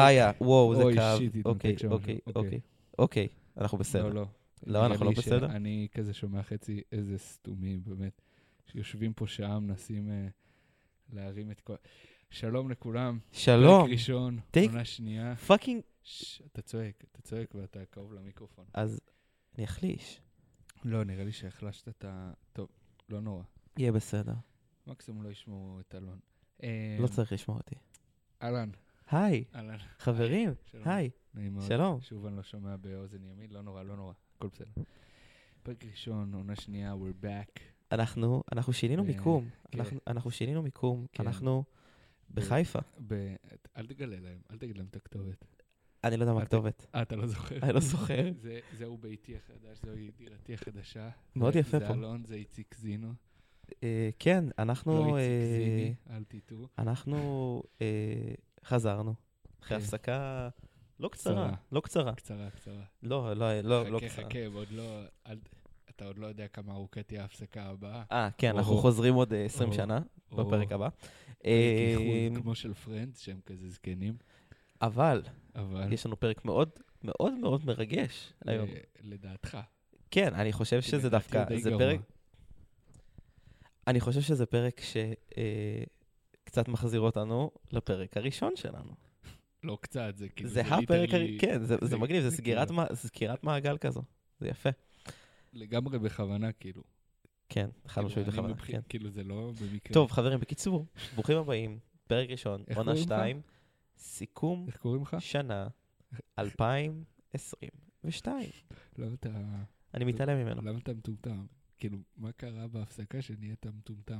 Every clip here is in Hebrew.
וואו, זה אוי, כאב. שיט, אוקיי, התנתק שם אוקיי, משהו. אוקיי. אוקיי, אנחנו בסדר. לא. לא, אנחנו לא נראה לי בסדר. שאני כזה שומע חצי איזה סתומים, באמת. שיושבים פה שעה, מנסים להרים את כל... שלום לכולם. שלום. פרק ראשון, Take- עונה שנייה. פאקינג... אתה צועק ואתה קרוב למיקרופון. אז אני אחליש. לא, נראה לי שהחלשת את ה... טוב, לא נורא. יהיה בסדר. מקסימום לא ישמעו את אלון. לא צריך לשמוע אותי. אהלן. היי, אהלן. חברים. שלום. היי, נעים מאוד. שלום. שוב אני לא שומע באוזן ימין, לא נורא. הכל בסדר. פרק ראשון, עונה שנייה, we're back. אנחנו שינינו מיקום. כן. אנחנו שינינו מיקום. כן. אנחנו בחיפה. אל תגלה להם, אל תגיד להם את הכתובת. אני לא יודע מה הכתובת. אתה לא זוכר? אני לא זוכר. זהו ביתי החדש, זוהי דירתי החדשה. מאוד יפה זה פה. אלון, זה איציק זינו. כן, לא אנחנו... איציק זיני, אל תטעו. אנחנו חזרנו. אחרי כן. הפסקה לא קצרה. קצרה. לא קצרה. קצרה. לא קצרה. חכה, ועוד לא... אתה עוד לא יודע כמה ארוכה תהיה ההפסקה הבאה. כן, אנחנו או- חוזרים עוד 20 או- שנה או- בפרק הבא. פרק איחוד, כמו של פרנדס, שהם כזה זקנים. אבל אבל... יש לנו פרק מאוד מאוד מאוד מרגש היום. לדעתך. כן, אני חושב כי שזה לדעתי דווקא, הוא די זה גרוע. פרק, אני חושב שזה פרק שקצת מחזיר אותנו לפרק הראשון שלנו. לא קצת, זה כאילו... זה הפרק, ליטרלי- כן, זה מגניב, זה כאילו- סגירת מעגל כזו. זה יפה. לגמרי בכוונה, כאילו. כן, חד משמעית כאילו, אני בכוונה, כן. כאילו, זה לא במקרה. טוב, חברים, בקיצור, ברוכים הבאים, פרק ראשון, איך עונה קוראים לך? 2, סיכום איך קוראים לך? שנה 2022. לא, אתה... אני מתעלם ממנו. למה אתה מטומטם? כאילו, מה קרה בהפסקה שנהיית מטומטם?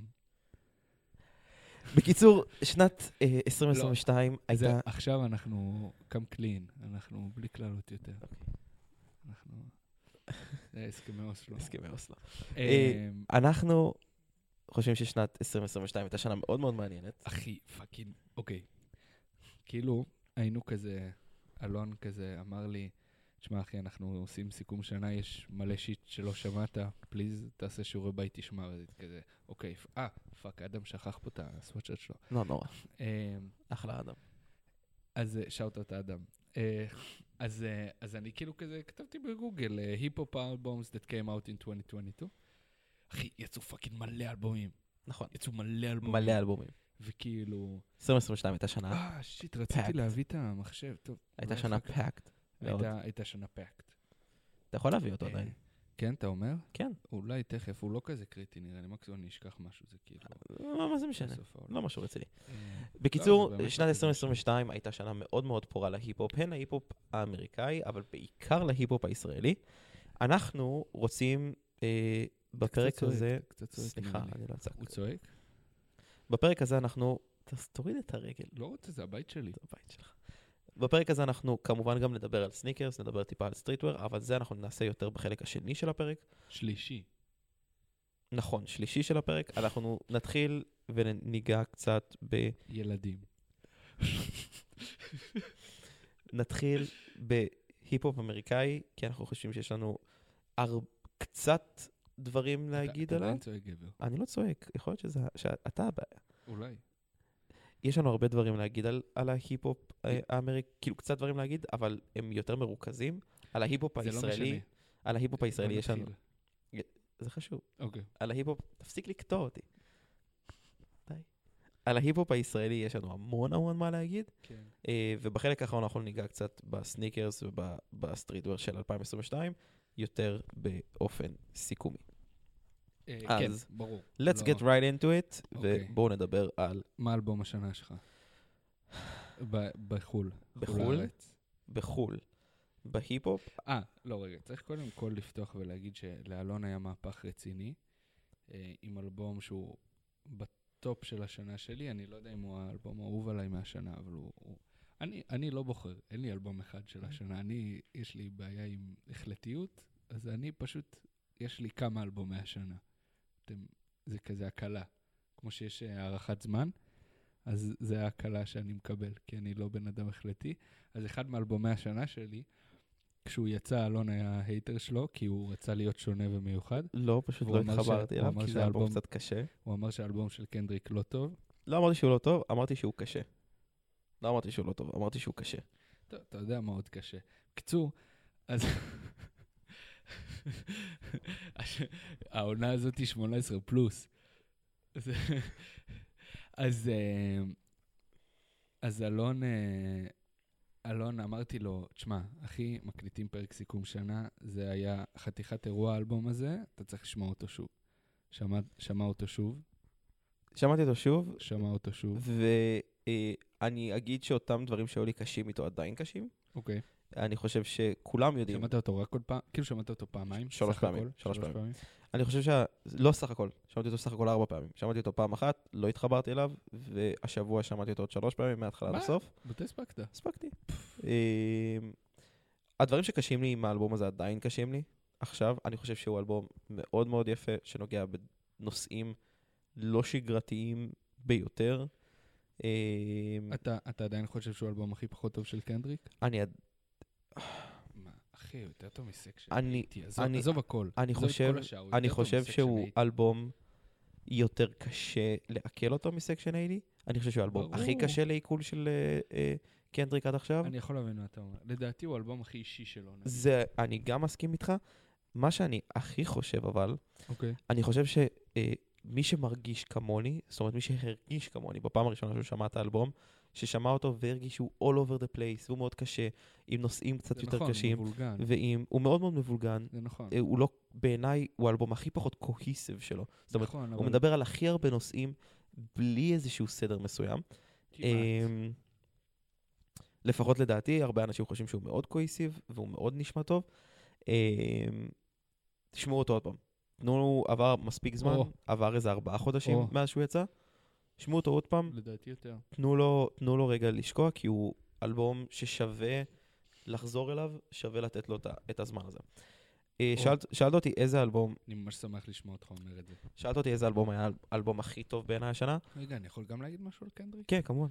בקיצור, שנת 2022 זה, הייתה... עכשיו אנחנו קם קלין, אנחנו בלי כללות יותר. אנחנו... זה הסכמי אוסלו. הסכמי אוסלו. אמ, אנחנו חושבים ששנת 2022 הייתה שנה מאוד מאוד מעניינת. אחי, פאקינג, אוקיי. כאילו, היינו כזה, אלון כזה אמר לי, תשמע אחי, אנחנו עושים סיכום שנה, יש מלא שיט שלא שמעת, פליז, תעשה שיעורי בית, תשמע, וזה כזה, אוקיי, פאק, אדם שכח פה את הסוואטשט שלו. לא נורא, אמ, אחלה אדם. אז שאוט את האדם. אז אני כאילו כזה, כתבתי בגוגל, היפ-הופ אלבומס that came out in 2022. אחי, יצאו פאקינג מלא אלבומים. נכון, יצאו מלא אלבומים. מלא אלבומים. וכאילו... 2022 הייתה שנה, שיט, רציתי packed. להביא את המחשב, טוב. הייתה אולי שנה אחר כך. פאקט. מאוד. הייתה שנה פאקט. אתה יכול להביא אותו עדיין. כן, אתה אומר? כן. אולי תכף, הוא לא כזה קריטי נראה לי, מקסימום אני אשכח משהו, זה כאילו... מה זה משנה? בסוף העולם. לא משהו רציני. לא, בקיצור, זה באמת שנת לא כזה 2022 הייתה שנה מאוד מאוד פורה להיפ-הופ, הן להיפ-הופ האמריקאי, אבל בעיקר להיפ-הופ הישראלי. אנחנו רוצים בפרק צועק, הזה... קצת צועק, סליחה, נראה לי. אני לא צעק. הוא צועק? בפרק הזה אנחנו... תוריד את הרגל. לא רוצה, זה הבית שלי. זה הבית שלך. בפרק הזה אנחנו כמובן גם נדבר על סניקרס, נדבר טיפה על סטריטוור, אבל זה אנחנו נעשה יותר בחלק השני של הפרק. שלישי. נכון, שלישי של הפרק. אנחנו נתחיל וניגע קצת ילדים. נתחיל בהיפ-הופ אמריקאי, כי אנחנו חושבים שיש לנו קצת דברים להגיד אתה עליו. עדיין צועק גבר. אני לא צועק, יכול להיות שאתה הבעיה. אולי. יש לנו הרבה דברים להגיד על ההיפ-הופ האמריקאי, כאילו קצת דברים להגיד, אבל הם יותר מרוכזים. על ההיפ-הופ זה לא הישראלי, משנה. על ההיפ-הופ הישראלי בוא יש לנו... נתחיל. זה חשוב. אוקיי. על ההיפ-הופ, תפסיק לקטוע אותי. די. על ההיפ-הופ הישראלי יש לנו המון מה להגיד, כן. ובחלק האחרון אנחנו ניגע קצת בסניקרס ובסטריטוור של 2022, יותר באופן סיכומי. כן, אז, ברור. Let's לא- get right into it, אוקיי. ובואו נדבר על מה אלבום השנה שלך? בחול. בחול? לארץ. בחול, בהיפ-הופ. לא, רגע. צריך קודם כל לפתוח ולהגיד שלאלון היה מהפך רציני, עם אלבום שהוא בטופ של השנה שלי. אני לא יודע אם הוא האלבום האהוב עליי מהשנה, אבל אני לא בוחר. אין לי אלבום אחד של השנה. יש לי בעיה עם החלטיות, אז אני פשוט, יש לי כמה אלבומי השנה. זה כזה הקלה. כמו שיש הערכת זמן, אז זה ההקלה שאני מקבל, כי אני לא בן אדם החלטי. אז אחד מאלבומי השנה שלי, כשהוא יצא, אלון היה הייטר שלו, כי הוא רצה להיות שונה ומיוחד. לא, פשוט והוא לא אמר התחברתי הוא אליו, אמר כי זה אלבום שהאלבום- קצת קשה. הוא אמר שהאלבום של קנדריק לא טוב. לא אמרתי שהוא לא טוב, אמרתי שהוא קשה. לא אמרתי שהוא לא טוב, אמרתי שהוא קשה. טוב, אתה יודע מה עוד קשה. קצור, אז... העונה הזאת היא 18 פלוס. אז אלון אמרתי לו, תשמע, אחי, מקליטים פרק סיכום שנה, זה היה חתיכת אירוע האלבום הזה, אתה צריך לשמוע אותו שוב. שמע אותו שוב. שמעתי אותו שוב. שמע אותו שוב. ואני אגיד שאותם דברים שהיו לי קשים איתו עדיין קשים. אוקיי. אני חושב שכולם יודעים. שמעת אותו רק עוד פעם? כאילו שמעת אותו פעמיים? 3 פעמים. 3 פעמים. אני חושב לא סך הכל. שמעתי אותו סך הכל 4 פעמים. שמעתי אותו פעם אחת, לא התחברתי אליו, והשבוע שמעתי אותו עוד 3 פעמים, מההתחלה עד הסוף. מתי הספקת? הספקתי. הדברים שקשים לי עם האלבום הזה עדיין קשים לי. עכשיו, אני חושב שהוא אלבום מאוד מאוד יפה, שנוגע בנושאים לא שגרתיים ביותר. אתה עדיין חושב שהוא האלבום הכי פחות טוב של קנדריק? מה, אחי, יותר טוב מסקשן. עזוב הכל. אני חושב שהוא אלבום יותר קשה לעכל אותו מסקשן 80. אני חושב שהוא האלבום הכי קשה לעיכול של קנדריק עד עכשיו. אני יכול להבין מה אתה אומר. לדעתי הוא האלבום הכי אישי שלו. אני גם מסכים איתך. מה שאני הכי חושב אבל, אוקיי. אני חושב שמי שמרגיש כמוני, זאת אומרת מי שהרגיש כמוני, בפעם הראשונה שהוא שמע את האלבום, ששמע אותו והרגיש שהוא all over the place, והוא מאוד קשה, עם נושאים קצת יותר קשים. זה נכון, מבולגן. הוא מאוד מאוד מבולגן. זה נכון. הוא לא, בעיניי, הוא האלבום הכי פחות קוהיסיב שלו. זאת אומרת, נכון, הוא מדבר על הכי הרבה נושאים, בלי איזשהו סדר מסוים. כמעט. לפחות לדעתי, הרבה אנשים חושבים שהוא מאוד קוהיסיב, והוא מאוד נשמע טוב. תשמעו אותו עוד פעם. תנו, עבר מספיק זמן, עבר איזה 4 חודשים מאז שהוא יצא. תשמעו אותו עוד פעם. לדעתי יותר. תנו לו רגע לשקוע, כי הוא אלבום ששווה לחזור אליו, שווה לתת לו את הזמן הזה. שאלת אותי איזה אלבום... אני ממש שמח לשמוע אותך אומר את זה. שאלת אותי איזה אלבום היה האלבום הכי טוב בעיניי השנה. רגע, אני יכול גם להגיד משהו על קנדריק? כן, כמובן.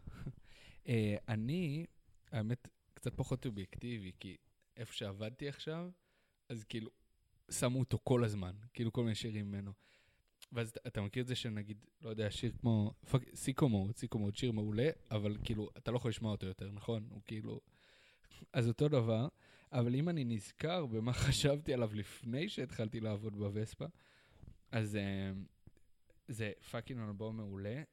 אני, האמת, קצת פחות אובייקטיבי, כי איפה שעבדתי עכשיו, אז כאילו, שמו אותו כל הזמן, כאילו כל מיני שירים ממנו. ואז אתה מכיר את זה שנגיד, לא יודע, שיר כמו, סיקו-מוד, שיר מעולה, אבל כאילו, אתה לא יכול לשמוע אותו יותר, נכון? הוא כאילו... אז אותו דבר, אבל אם אני נזכר במה חשבתי עליו לפני שהתחלתי לעבוד בווספה, אז זה פאקינג אלבום מעולה,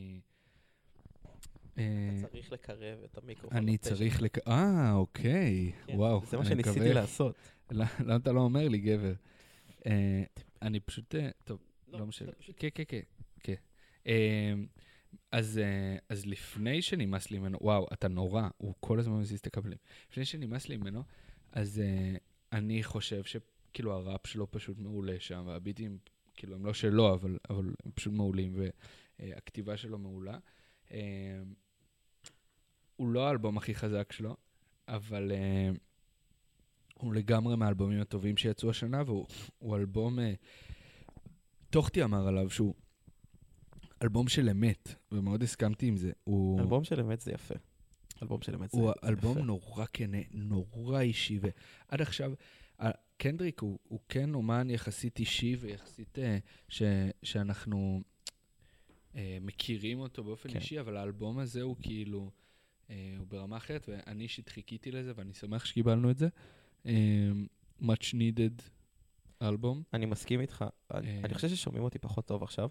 אתה צריך לקרב את המיקרופון. אני צריך אוקיי, וואו. זה מה שניסיתי לעשות. למה אתה לא אומר לי, גבר? אני פשוט, טוב, לא משנה. כן. אז לפני שנמאס לי ממנו, וואו, אתה נורא, הוא כל הזמן מזיז את הכבלים. לפני שנמאס לי ממנו, אז אני חושב שכאילו הראפ שלו פשוט מעולה שם, והביטים, כאילו הם לא שלו, אבל הם פשוט מעולים, והכתיבה שלו מעולה. הוא לא האלבום הכי חזק שלו, אבל הוא לגמרי מהאלבומים הטובים שיצאו השנה, והוא אלבום, תוכתי אמר עליו שהוא אלבום של אמת, ומאוד הסכמתי עם זה. אלבום של אמת זה יפה. אלבום של אמת זה יפה. יפה. הוא אלבום נורא כנה, נורא אישי, ועד עכשיו, קנדריק הוא כן אומן יחסית אישי, ויחסית שאנחנו מכירים אותו באופן אישי, אבל האלבום הזה הוא כאילו, הוא ברמה אחרת, ואני אישית חיכיתי לזה, ואני שמח שקיבלנו את זה. Much needed אלבום. אני מסכים איתך. אני חושב ששומעים אותי פחות טוב עכשיו.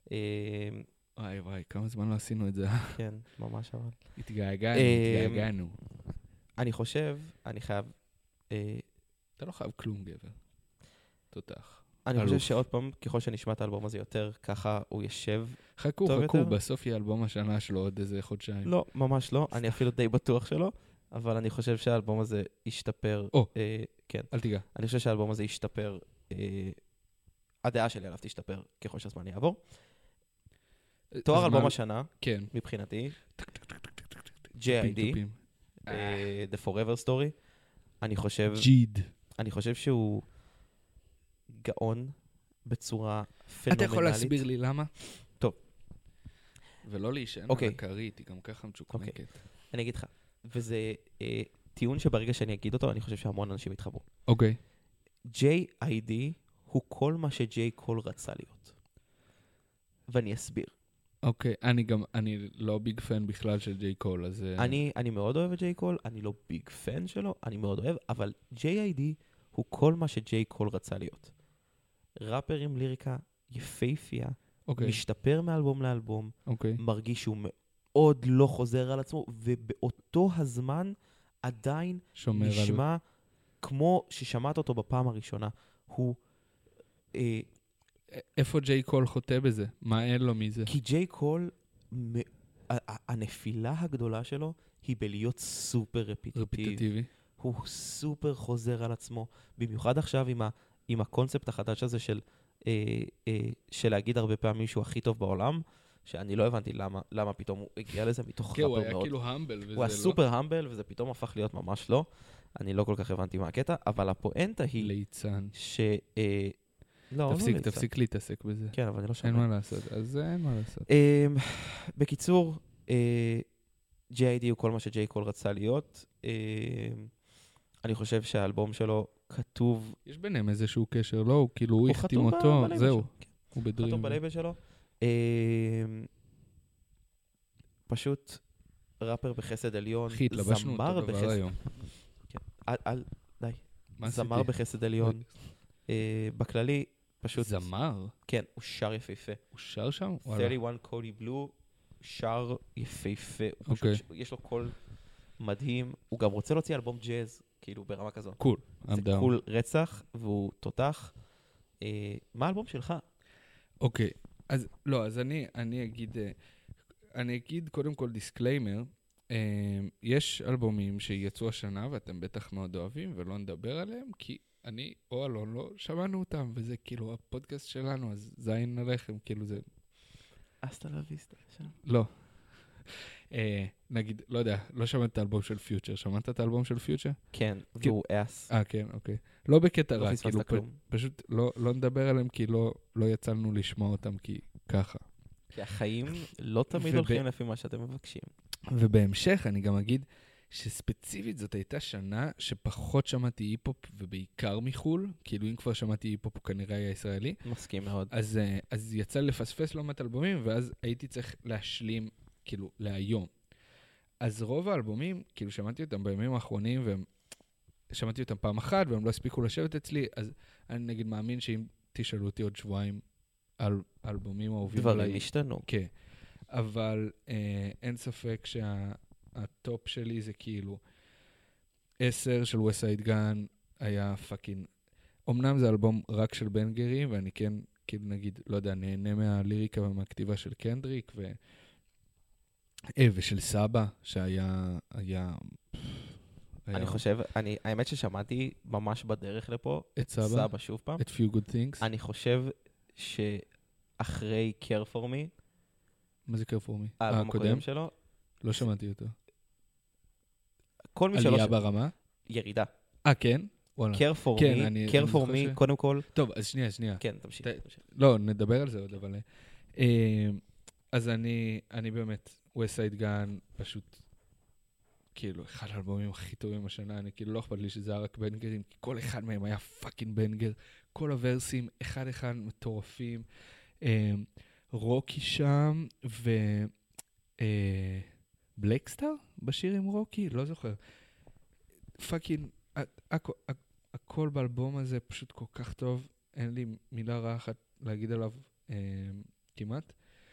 וואי, כמה זמן לא עשינו את זה. כן, ממש אבל. התגעגענו. אני חושב, אני חייב... אתה לא חייב כלום, גבר. תותח. אני חושב שעוד פעם, ככל שנשמע את האלבום הזה יותר, ככה הוא ישב טוב יותר. חכו, בסוף יהיה אלבום השנה שלו עוד איזה חודשיים. לא, ממש לא. אני אפילו די בטוח שלו, אבל אני חושב שהאלבום הזה ישתפר. כן. אל תיגע. אני חושב שהאלבום הזה ישתפר. הדעה שלי עליו תשתפר ככל שהזמן יעבור. תואר אלבום השנה, מבחינתי, J.I.D. The Forever Story. אני חושב שהוא גאון בצורה פנומנלית. אתה יכול להסביר לי למה? טוב. ולא להישען על הכרית, היא גם ככה מצ'וקמקת. אני אגיד לך, וזה טיעון שברגע שאני אגיד אותו, אני חושב שהמון אנשים יתחברו. אוקיי. J.I.D. הוא כל מה ש-J. קול רצה להיות. ואני אסביר. אוקיי, אני לא ביג פן בכלל של ג'יי קול, אז... אני מאוד אוהב את ג'יי קול, אני לא ביג פן שלו, אני מאוד אוהב, אבל J.I.D. הוא כל מה שג'יי קול רצה להיות. ראפר עם ליריקה יפהפייה, משתפר מאלבום לאלבום, מרגיש שהוא מאוד לא חוזר על עצמו, ובאותו הזמן עדיין נשמע כמו ששמעת אותו בפעם הראשונה. הוא... איפה ג'יי קול חוטא בזה? מה אין לו מזה? כי ג'יי קול, הנפילה הגדולה שלו היא בלהיות סופר רפיטטיבי. הוא סופר חוזר על עצמו, במיוחד עכשיו עם הקונספט החדש הזה של להגיד הרבה פעמים שהוא הכי טוב בעולם, שאני לא הבנתי למה פתאום הוא הגיע לזה מתוך כן, הוא היה כאילו המבל וזה לא. הוא היה סופר המבל וזה פתאום הפך להיות ממש לא. אני לא כל כך הבנתי מה הקטע, אבל הפואנטה היא... ליצן. תפסיק להתעסק בזה. כן, אבל אני לא שומע. אין מה לעשות, אז אין מה לעשות. בקיצור, J.I.D. הוא כל מה שג'יי קול רצה להיות. אני חושב שהאלבום שלו כתוב... יש ביניהם איזשהו קשר, לא? הוא כאילו, הוא החתים אותו, זהו. הוא בדרים. חתום בלייבל שלו. פשוט ראפר בחסד עליון. אחי, התלבשנו אותו דבר היום. די. זמר בחסד עליון. בכללי, פשוט... זמר? כן, הוא שר יפהפה. הוא שר שם? 31 קודי בלו, שר יפהפה. יש לו קול מדהים. הוא גם רוצה להוציא אלבום ג'אז, כאילו ברמה כזו. קול. זה קול רצח, והוא תותח. מה האלבום שלך? אוקיי, אז לא, אז אני אגיד קודם כל דיסקליימר. יש אלבומים שיצאו השנה, ואתם בטח מאוד אוהבים, ולא נדבר עליהם, כי אני או אלון לא שמענו אותם, וזה כאילו הפודקאסט שלנו, אז זין עליכם, כאילו זה... אסטה לה ויסטה, שם. לא. נגיד, לא יודע, לא שמעת את האלבום של פיוטר. שמעת את האלבום של פיוטר? כן, והוא אס. כן, אוקיי. לא בקטע רע, כאילו, פשוט לא נדבר עליהם, כי לא יצאנו לשמוע אותם, כי ככה. כי החיים לא תמיד הולכים לפי מה שאתם מבקשים. ובהמשך אני גם אגיד שספציפית זאת הייתה שנה שפחות שמעתי היפ-הופ, ובעיקר מחול, כאילו אם כבר שמעתי היפ-הופ הוא כנראה היה ישראלי. מסכים מאוד. אז יצא לפספס לא מעט אלבומים, ואז הייתי צריך להשלים כאילו להיום. אז רוב האלבומים, כאילו שמעתי אותם בימים האחרונים, ושמעתי אותם פעם אחת, והם לא הספיקו לשבת אצלי, אז אני נגיד מאמין שאם תשאלו אותי עוד שבועיים על אלבומים אהובים... דברים השתנו. כן. אבל אין ספק שהטופ שלי זה כאילו 10 של וסייד גן היה פאקינג... אמנם זה אלבום רק של בנגרים, ואני כן, כאילו נגיד, לא יודע, נהנה מהליריקה ומהכתיבה של קנדריק, ושל סבא, שהיה... אני חושב, האמת ששמעתי ממש בדרך לפה, את סבא שוב פעם. את Few Good Things. אני חושב שאחרי Care For Me, מה זה Care For Me? האלבום הקודם שלו. לא שמעתי אותו. כל מי שלא... עלייה ברמה? ירידה. כן? Care For Me, Care For Me, קודם כל. טוב, אז שנייה. כן, תמשיך. לא, נדבר על זה עוד, אבל... אז אני באמת, וסייד גן, פשוט, כאילו, אחד האלבומים הכי טובים השנה, אני כאילו לא אכפת לי שזה היה רק בנגרים, כי כל אחד מהם היה פאקינג בנגר, כל הוורסים, אחד מטורפים, רוקי שם, בלקסטאר בשיר עם רוקי? לא זוכר. פאקינג, הכל באלבום הזה פשוט כל כך טוב, אין לי מילה רעה אחת להגיד עליו כמעט.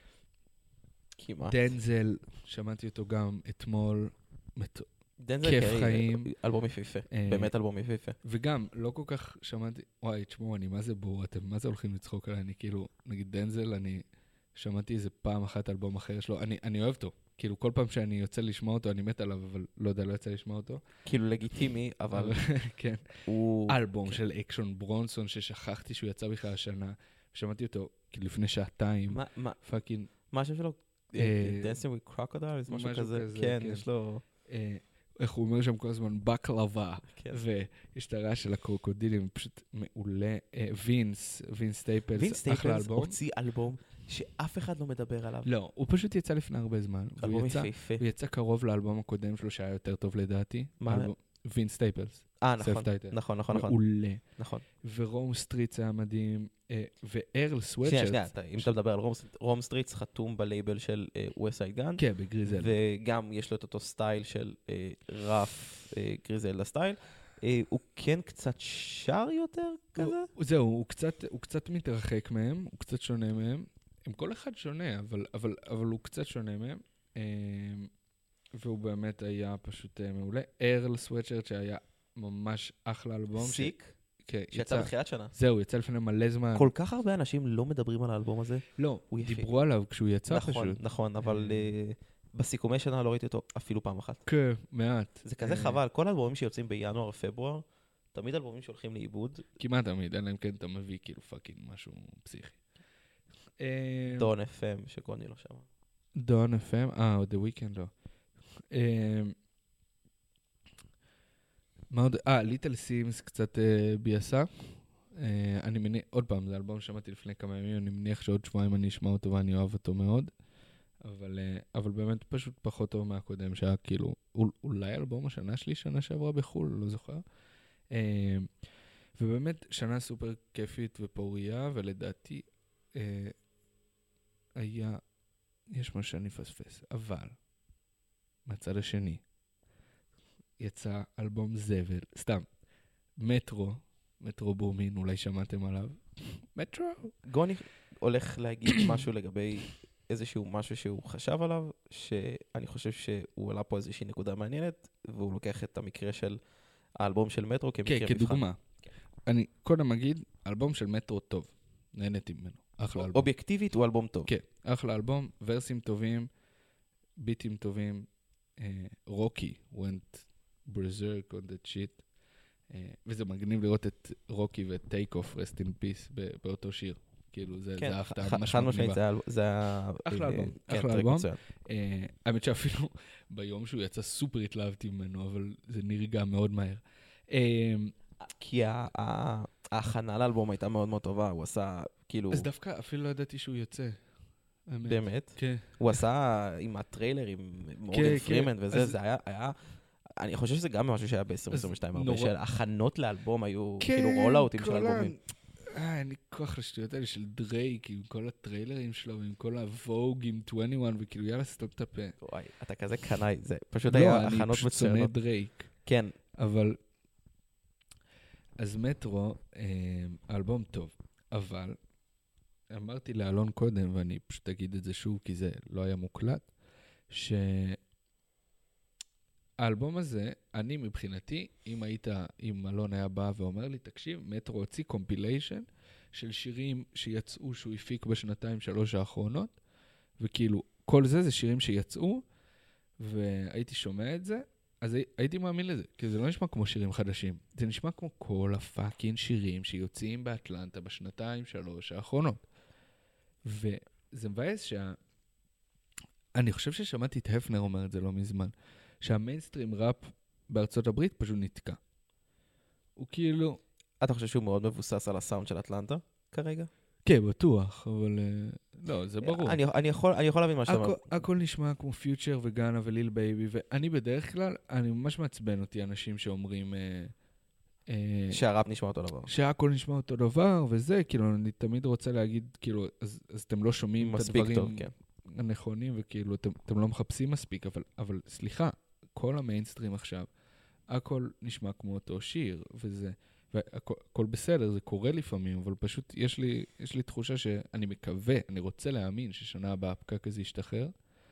דנזל, שמעתי אותו גם אתמול, כיף חיים. אלבום יפהפה, באמת אלבום יפהפה. וגם, לא כל כך שמעתי, וואי, תשמעו, אני מה זה בור, אתם מה זה הולכים לצחוק עליי? אני כאילו, נגיד דנזל, אני שמעתי איזה פעם אחת אלבום אחר שלו, אני אוהב אותו. כאילו, כל פעם שאני יוצא לשמוע אותו, אני מת עליו, אבל לא יודע, לא יוצא לשמוע אותו. כאילו לגיטימי, אבל... כן. אלבום של אקשון ברונסון, ששכחתי שהוא יצא בכלל השנה, ושמעתי אותו כאילו לפני שעתיים. פאקינג... מה השם שלו? Dancing with Crocodiles, משהו כזה. כן, יש לו... איך הוא אומר שם כל הזמן, בקלבה. ויש את הרעש של הקרוקודילים, פשוט מעולה. וינס סטייפלס, אחלה אלבום. הוציא אלבום שאף אחד לא מדבר עליו. לא, הוא פשוט יצא לפני הרבה זמן. אלבום יפהפה. הוא יצא קרוב לאלבום הקודם שלו, שהיה יותר טוב לדעתי. מה? וין סטייפלס. נכון. מעולה. נכון. ורום סטריטס היה מדהים, וארל סוואטשרט. שנייה, אם אתה מדבר על רום סטריטס, חתום בלייבל של ווסט-סייד גן. כן, בגריזלדה. וגם יש לו את אותו סטייל של ראפ גריזלדה סטייל. הוא כן קצת שר יותר כזה? זהו, הוא קצת מתרחק מהם, הוא קצת שונה מהם. הם כל אחד שונה, אבל הוא קצת שונה מהם. והוא באמת היה פשוט מעולה. ארל סוואטשרט שהיה ממש אחלה אלבום. סיק? שיצא בתחילת שנה. זהו, יצא לפני מלא זמן. כל כך הרבה אנשים לא מדברים על האלבום הזה. לא, דיברו עליו כשהוא יצא פשוט. נכון, אבל בסיכומי שנה לא ראיתי אותו אפילו פעם אחת. כן, מעט. זה כזה חבל, כל האלבומים שיוצאים בינואר, פברואר, תמיד אלבומים שהולכים לאיבוד. כמעט תמיד, אלא אם כן אתה מביא כאילו פאקינג משהו פסיכי. דון FM, שקוני לא שם. דון FM, The Weeknd לא. מה עוד? ליטל סימס קצת ביאסה. אני מניח, עוד פעם, זה אלבום שמעתי לפני כמה ימים, אני מניח שעוד שבועיים אני אשמע אותו ואני אוהב אותו מאוד. אבל באמת פשוט פחות טוב מהקודם, שהיה כאילו, אולי אלבום השנה שלי, שנה שעברה בחול, לא זוכר. ובאמת, שנה סופר כיפית ופוריה, ולדעתי, יש מה שאני פספס. אבל, מהצד השני, יצא אלבום זבל, סתם, מטרו בומין, אולי שמעתם עליו. מטרו. גוני הולך להגיד משהו לגבי איזשהו משהו שהוא חשב עליו, שאני חושב שהוא עלה פה איזושהי נקודה מעניינת, והוא לוקח את המקרה של האלבום של מטרו כמקרה מבחן. כן, כדוגמה. אני קודם אגיד, אלבום של מטרו טוב. נהניתי ממנו. אחלה אלבום. אובייקטיבית הוא אלבום טוב. כן, אחלה אלבום, ורסים טובים, ביטים טובים, רוקי went berserk on that shit, וזה מגניב לראות את רוקי וטייק אוף, rest in peace, באותו שיר. כאילו, זה ההפתעה ממש מגניבה. זה היה... אחלה אלבום, אחלה אלבום. האמת שאפילו ביום שהוא יצא סופר התלהבתי ממנו, אבל זה נרגע מאוד מהר. כי ההכנה לאלבום הייתה מאוד מאוד טובה, הוא עשה כאילו... אז דווקא אפילו לא ידעתי שהוא יוצא. באמת? כן. הוא עשה עם הטריילר, עם מורגן פרימן וזה, זה היה... אני חושב שזה גם משהו שהיה ב-2022, הרבה של הכנות לאלבום היו כאילו רולאוטים של אלבומים. אין לי כוח לשטויות האלה של דרייק, עם כל הטריילרים שלו, עם כל הווג, עם 21, וכאילו יאללה סתום את הפה. וואי, אתה כזה קנאי, זה פשוט היה הכנות מצוינות. לא, אני פשוט שונא דרייק. כן. אבל... אז מטרו, אלבום טוב, אבל אמרתי לאלון קודם, ואני פשוט אגיד את זה שוב, כי זה לא היה מוקלט, האלבום הזה, אני מבחינתי, אם אלון היה בא ואומר לי, תקשיב, מטרו הוציא קומפיליישן של שירים שיצאו, שהוא הפיק בשנתיים 3 האחרונות, וכאילו, כל זה שירים שיצאו, והייתי שומע את זה, אז הייתי מאמין לזה, כי זה לא נשמע כמו שירים חדשים. זה נשמע כמו כל הפאקינג שירים שיוצאים באטלנטה בשנתיים 3 האחרונות. וזה מבאס אני חושב ששמעתי את הפנר אומר את זה לא מזמן, שהמיינסטרים ראפ בארצות הברית פשוט נתקע. הוא כאילו... אתה חושב שהוא מאוד מבוסס על הסאונד של אטלנטה כרגע? כן, בטוח, אבל לא, זה ברור. אני יכול להבין מה שאתה אומר. הכל נשמע כמו פיוטשר וגאנה וליל בייבי, ואני בדרך כלל, אני ממש מעצבן אותי אנשים שאומרים... שהראפ נשמע אותו דבר. שהכל נשמע אותו דבר, וזה, כאילו, אני תמיד רוצה להגיד, כאילו, אז אתם לא שומעים את הדברים הנכונים, וכאילו, אתם לא מחפשים מספיק, אבל סליחה, כל המיינסטרים עכשיו, הכל נשמע כמו אותו שיר, וזה... והכל בסדר, זה קורה לפעמים, אבל פשוט יש לי תחושה שאני מקווה, אני רוצה להאמין ששנה הבאה הפקק הזה ישתחרר,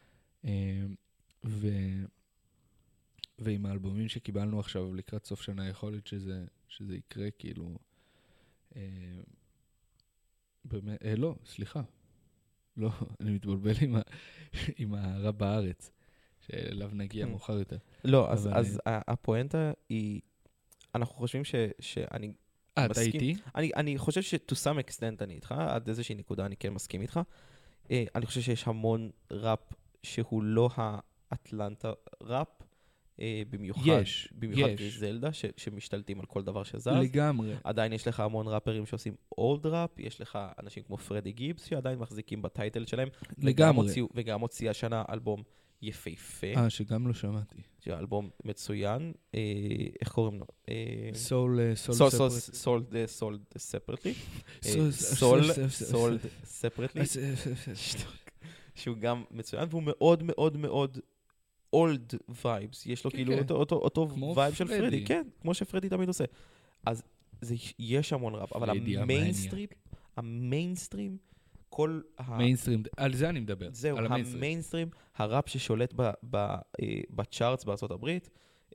ועם האלבומים שקיבלנו עכשיו לקראת סוף שנה, יכול להיות שזה יקרה כאילו, באמת, לא, סליחה, לא, אני מתבלבל עם הרב בארץ, שאליו נגיע מאוחר יותר. לא, אז הפואנטה היא, אנחנו חושבים שאני מסכים. אני חושב ש-to some extent אני איתך, עד איזושהי נקודה אני כן מסכים איתך. אני חושב שיש המון ראפ שהוא לא האטלנטה ראפ, במיוחד גריזלדה, שמשתלטים על כל דבר שזז. לגמרי. עדיין יש לך המון ראפרים שעושים אולד ראפ, יש לך אנשים כמו פרדי גיבס שעדיין מחזיקים בטייטל שלהם. לגמרי. וגם הוציא השנה אלבום יפהפה. שגם לא שמעתי. אלבום מצוין. איך קוראים לו? Sold Separately. Sold Separately. שהוא גם מצוין, והוא מאוד מאוד מאוד old vibes. יש לו כאילו אותו וייב של פרדי. כן, כמו שפרדי תמיד עושה. אז יש המון ראפ, אבל המיינסטרים, כל מיינסטרים, על זה אני מדבר. זהו, המיינסטרים, הראפ ששולט בצ'ארטס בארצות הברית.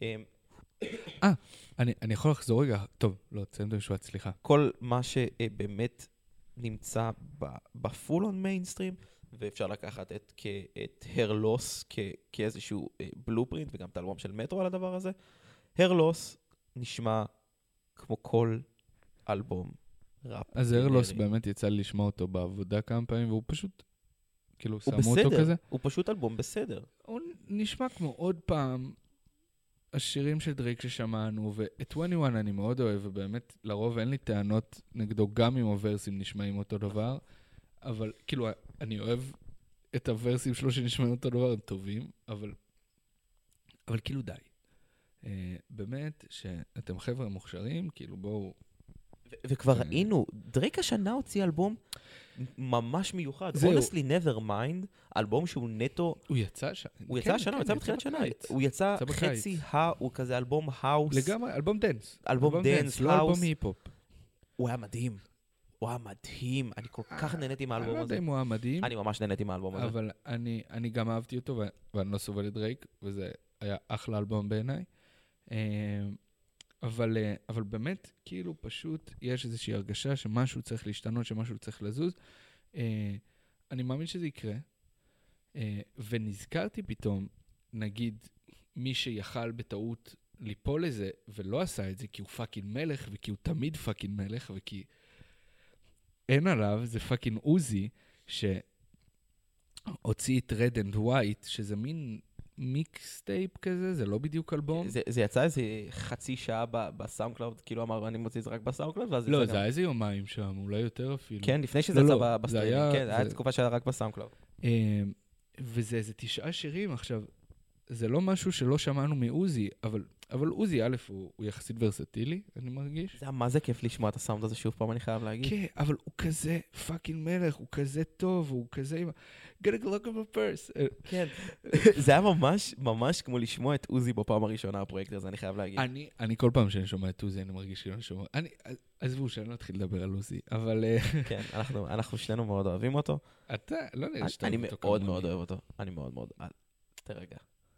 אני יכול לחזור רגע? טוב, לא, תסיים את המשפט, סליחה. כל מה שבאמת נמצא בפול און מיינסטרים, ואפשר לקחת את Hair Loss כאיזשהו בלופרינט, וגם את האלבום של מטרו על הדבר הזה. Hair Loss נשמע כמו כל אלבום ראפ. אז Hair Loss באמת יצא לי לשמוע אותו בעבודה כמה פעמים, והוא פשוט, כאילו, שמו אותו כזה. הוא פשוט אלבום בסדר. הוא נשמע כמו עוד פעם, השירים של דרייק ששמענו, ואת 21 אני מאוד אוהב, ובאמת לרוב אין לי טענות נגדו, גם אם הוורסים נשמעים אותו דבר, אבל כאילו, אני אוהב את הוורסים שלו שנשמעים אותו דבר, הם טובים, אבל כאילו די. באמת שאתם חבר'ה מוכשרים, כאילו בואו... וכבר ראינו, דרייק השנה הוציא אלבום ממש מיוחד. Honestly Nevermind, אלבום שהוא נטו... הוא יצא השנה. הוא יצא השנה, הוא יצא בתחילת שנה. הוא יצא חצי, הוא כזה אלבום האוס. לגמרי, אלבום דנס. אלבום דנס, לא אלבום היפ-הופ. הוא היה מדהים. הוא היה מדהים. אני כל כך נהניתי מהאלבום הזה. אני לא יודע אם הוא היה מדהים. אני ממש נהניתי מהאלבום הזה. אבל אני גם אהבתי אותו, ואני לא סובל את דרייק, וזה היה אחלה אלבום בעיניי. אבל באמת, כאילו פשוט יש איזושהי הרגשה שמשהו צריך להשתנות, שמשהו צריך לזוז. אני מאמין שזה יקרה. ונזכרתי פתאום, נגיד, מי שיכל בטעות ליפול לזה, ולא עשה את זה, כי הוא פאקינג מלך, וכי הוא תמיד פאקינג מלך, וכי אין עליו, זה פאקינג עוזי, שהוציא את Red and White, שזה מין... מיקסטייפ כזה, זה לא בדיוק אלבום. זה יצא איזה חצי שעה בסאונדקלאוד, כאילו אמר, אני מוציא את זה רק בסאונדקלאוד, ואז... לא, זה היה איזה יומיים שם, אולי יותר אפילו. כן, לפני שזה יצא בסטרימינג, כן, היה תקופה שהיה רק בסאונדקלאוד. וזה איזה 9 שירים, עכשיו, זה לא משהו שלא שמענו מעוזי, אבל עוזי, א', הוא יחסית ורסטילי, אני מרגיש. זה היה מה זה כיף לשמוע את הסאונד הזה שוב פעם, אני חייב להגיד. כן, אבל הוא כזה פאקינג מלך, הוא כזה טוב, הוא כזה... gotta look at my purse. כן, זה היה ממש כמו לשמוע את עוזי בפעם הראשונה, הפרויקט הזה, אני חייב להגיד. אני כל פעם שאני שומע את עוזי, אני מרגיש שאני שומע... עזבו, שאני לא אתחיל לדבר על עוזי, אבל... כן, אנחנו שנינו מאוד אוהבים אותו. אתה, לא נראה שאתה אוהב אותו כמוני. אני מאוד מאוד אוהב אותו. אני מאוד מאוד... תרגע.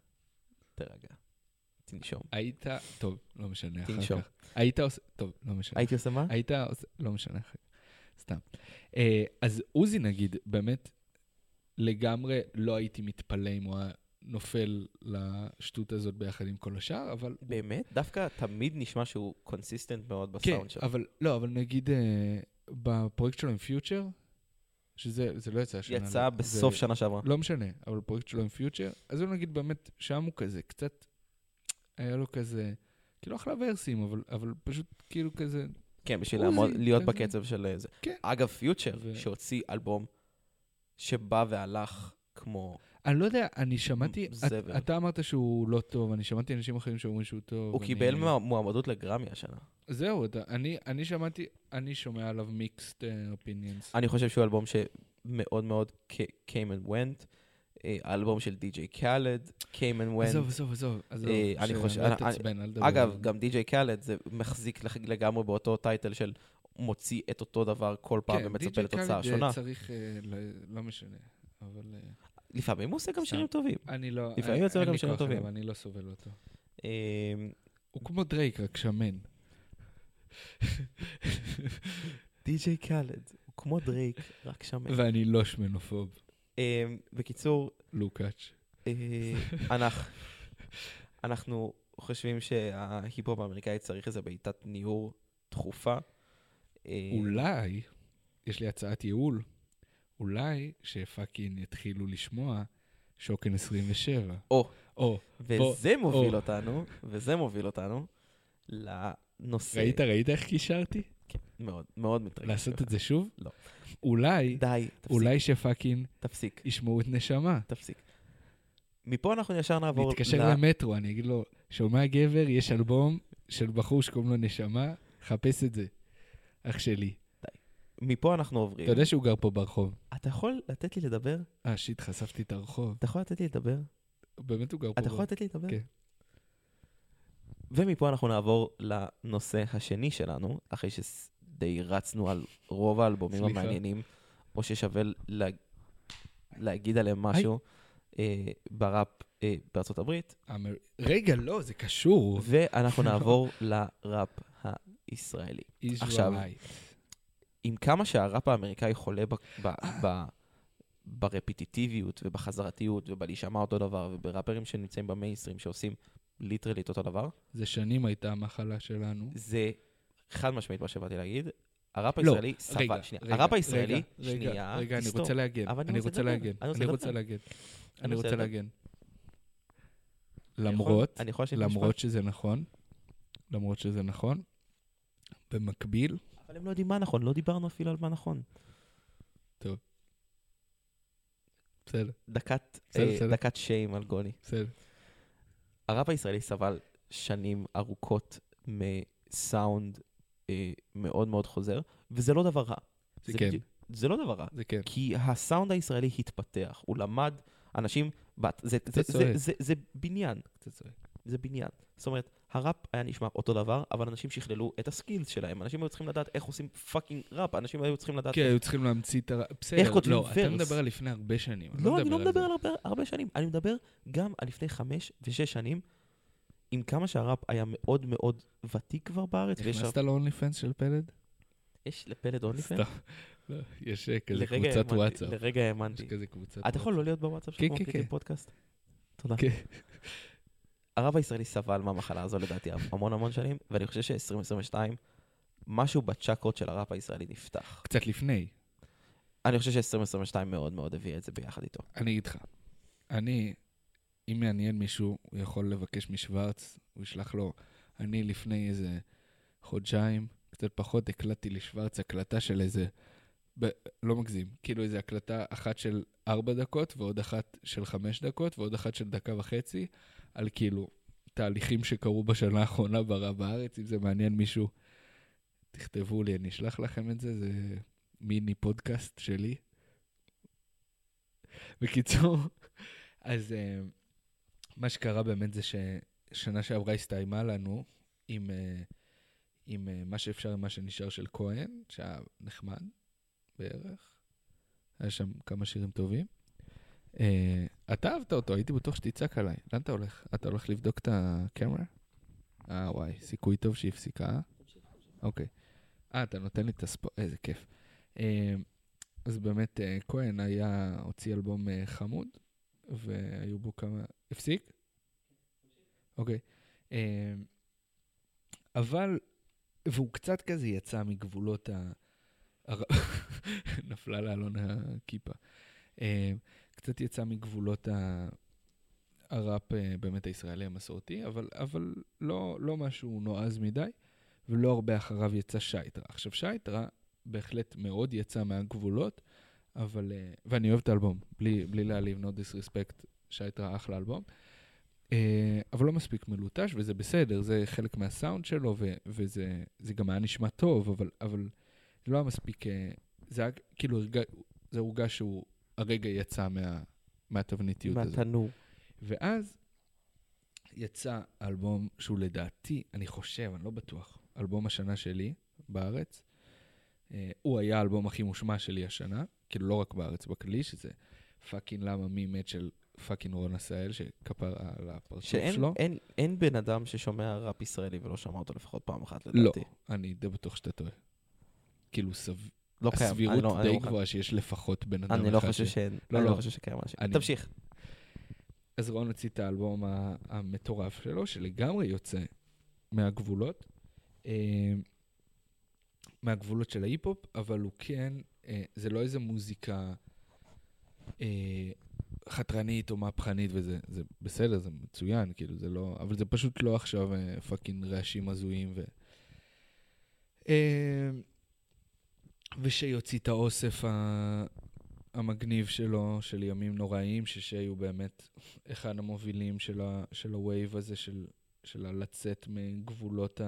תנשום. היית... טוב, לא משנה אחר תנשום. כך. היית עושה... טוב, לא משנה. הייתי עושה מה? היית עושה... לא משנה אחר כך. סתם. אז עוזי נגיד, באמת, לגמרי לא הייתי מתפלא אם הוא היה נופל לשטות הזאת ביחד עם כל השאר, אבל... באמת? דווקא תמיד נשמע שהוא קונסיסטנט מאוד בסאונד שלו. כן, אבל נגיד בפרויקט שלו עם פיוטר, שזה לא יצא השנה. יצא בסוף שנה שעברה. לא משנה, אבל בפרויקט שלו עם פיוטר, אז הוא נגיד באמת, שם הוא כזה, קצת, היה לו כזה, כאילו אחלה ורסים, אבל פשוט כאילו כזה... כן, בשביל להיות בקצב של זה. אגב, פיוטר, שהוציא אלבום שבא והלך כמו... אני לא יודע, אני שמעתי, אתה אמרת שהוא לא טוב, אני שמעתי אנשים אחרים שאומרים שהוא טוב. הוא קיבל מועמדות לגרמי השנה. זהו, אני שמעתי, אני שומע עליו mixed opinions. אני חושב שהוא אלבום שמאוד מאוד came and went. האלבום של די.ג'יי קאלד, came and went. עזוב. אני חושב, אגב, גם די.ג'יי קאלד זה מחזיק לגמרי באותו טייטל של מוציא את אותו דבר כל פעם ומצפה לתוצאה שונה. כן, די.ג'יי קאלד צריך, לא משנה, אבל... לפעמים הוא עושה גם שירים טובים. אני לא... לפעמים יוצא גם שירים טובים. אני לא סובל אותו. הוא כמו דרייק, רק שמן. די.ג'יי קאלד, הוא כמו דרייק, רק שמן. ואני לא שמנופוב. בקיצור... לוקאץ'. אנחנו חושבים שההיפ-הופ האמריקאי צריך איזו בעיטת ניהור דחופה. אולי, יש לי הצעת ייעול, אולי שפאקינג יתחילו לשמוע שוקן 27. וזה מוביל אותנו לנושא... ראית איך קישרתי? כן, מאוד, מאוד מתרגש. לעשות את זה שוב? לא. אולי, די, תפסיק. אולי שפאקינג תפסיק. ישמעו את נשמה. תפסיק. מפה אנחנו ישר נעבור... נתקשר למטרו, אני אגיד לו, שומע גבר, יש אלבום של בחור שקוראים לו נשמה, חפש את זה, אח שלי. מפה אנחנו עוברים. אתה יודע שהוא גר פה ברחוב. אתה יכול לתת לי לדבר? שיט, חשפתי את הרחוב. אתה יכול לתת לי לדבר? באמת הוא גר פה. אתה יכול לתת לי לדבר? כן. ומפה אנחנו נעבור לנושא השני שלנו, אחרי שדי רצנו על רוב האלבומים המעניינים, או ששווה להגיד עליהם משהו בראפ בארצות הברית. רגע, לא, זה קשור. ואנחנו נעבור לראפ הישראלי. עכשיו, עם כמה שהראפ האמריקאי חולה ברפיטיטיביות ובחזרתיות ובלהישמע אותו דבר, ובראפרים שנמצאים במיינסטרים שעושים ליטרלית אותו דבר. זה שנים הייתה המחלה שלנו. זה חד משמעית מה שבאתי להגיד. הראפ הישראלי סבל. הראפ הישראלי, שנייה. רגע, אני רוצה להגן. אני רוצה להגן. למרות שזה נכון, במקביל. אבל הם לא יודעים מה נכון, לא דיברנו אפילו על מה נכון. טוב. בסדר. דקת שיים על גוני. בסדר. הראפ הישראלי סבל שנים ארוכות מסאונד מאוד מאוד חוזר, וזה לא דבר רע. זה כן. זה לא דבר רע. זה כן. כי הסאונד הישראלי התפתח, הוא למד אנשים, זה בניין. זה בניין. זאת אומרת, הראפ היה נשמע אותו דבר, אבל אנשים שכללו את הסקילס שלהם. אנשים היו צריכים לדעת איך עושים פאקינג ראפ, אנשים היו צריכים לדעת... כן, היו צריכים להמציא את הראפ. איך כותבים ורס. לא, אתה מדבר על לפני הרבה שנים. לא, אני לא מדבר על הרבה שנים. אני מדבר גם על לפני 5 ו6 שנים, עם כמה שהראפ היה מאוד מאוד ותיק כבר בארץ. נכנסת לאונלי פנס של פלד? יש לפלד אונלי פנס? לא, יש כזה קבוצת וואטסאפ. לרגע האמנתי. אתה יכול לא להיות בוואטסאפ שלך מקליטים פודקאסט? תודה. הראפ הישראלי סבל מהמחלה הזו לדעתי המון שנים, ואני חושב ש-2022, משהו בצ'קרות של הראפ הישראלי נפתח. קצת לפני. אני חושב ש-2022 מאוד מאוד הביא את זה ביחד איתו. אני אגיד לך. אם מעניין מישהו, הוא יכול לבקש משוורץ, הוא ישלח לו, אני לפני איזה חודשיים, קצת פחות, הקלטתי לשוורץ הקלטה של איזה, לא מגזים, כאילו איזה הקלטה אחת של 4 דקות, ועוד אחת של 5 דקות, ועוד אחת של 1.5 דקות, על כאילו תהליכים שקרו בשנה האחרונה ברב בארץ. אם זה מעניין מישהו, תכתבו לי, אני אשלח לכם את זה, זה מיני פודקאסט שלי. בקיצור, אז מה שקרה באמת זה ששנה שעברה הסתיימה לנו עם מה שאפשר, מה שנשאר של כהן, שהיה נחמד בערך. היה שם כמה שירים טובים. אתה אהבת אותו, הייתי בטוח שתצעק עליי. לאן אתה הולך? אתה הולך לבדוק את הקמרה? וואי, סיכוי טוב שהפסיקה. אוקיי. אתה נותן לי את הספורט, איזה כיף. אז באמת, כהן הוציא אלבום חמוד, והיו בו כמה... הפסיק? אוקיי. אבל, והוא קצת כזה יצא מגבולות נפלה לאלון הכיפה. קצת יצא מגבולות הראפ באמת הישראלי המסורתי, אבל לא משהו נועז מדי, ולא הרבה אחריו יצא שייטרה. עכשיו שייטרה בהחלט מאוד יצא מהגבולות, ואני אוהב את האלבום, בלי להעליב, no disrespect, שייטרה אחלה אלבום, אבל לא מספיק מלוטש, וזה בסדר, זה חלק מהסאונד שלו, וזה גם היה נשמע טוב, אבל לא היה מספיק, זה היה כאילו, זה הורגש שהוא הרגע יצא מהתבניתיות הזאת. מהתנור. ואז יצא אלבום שהוא לדעתי, אני חושב, אני לא בטוח, אלבום השנה שלי בארץ. הוא היה האלבום הכי מושמע שלי השנה, כאילו לא רק בארץ, בכלי, שזה פאקינג למה מי מת של פאקינג רון עשהאל, שכפר על הפרצוף שלו. שאין בן אדם ששומע ראפ ישראלי ולא שמע אותו לפחות פעם אחת לדעתי. לא, אני די בטוח שאתה טועה. כאילו לא קיים. הסבירות די גבוהה שיש לפחות בן אדם אחד. אני לא חושב שאין. אני לא חושב שקיים משהו. תמשיך. אז רון הוציא את האלבום המטורף שלו, שלגמרי יוצא מהגבולות, מהגבולות של ההיפ-הופ, אבל הוא כן, זה לא איזה מוזיקה חתרנית או מהפכנית, וזה בסדר, זה מצוין, כאילו זה לא, אבל זה פשוט לא עכשיו פאקינג רעשים הזויים, ושיוציא את האוסף המגניב שלו, של ימים נוראים, שהיו באמת אחד המובילים של הווייב הזה, של לצאת מגבולות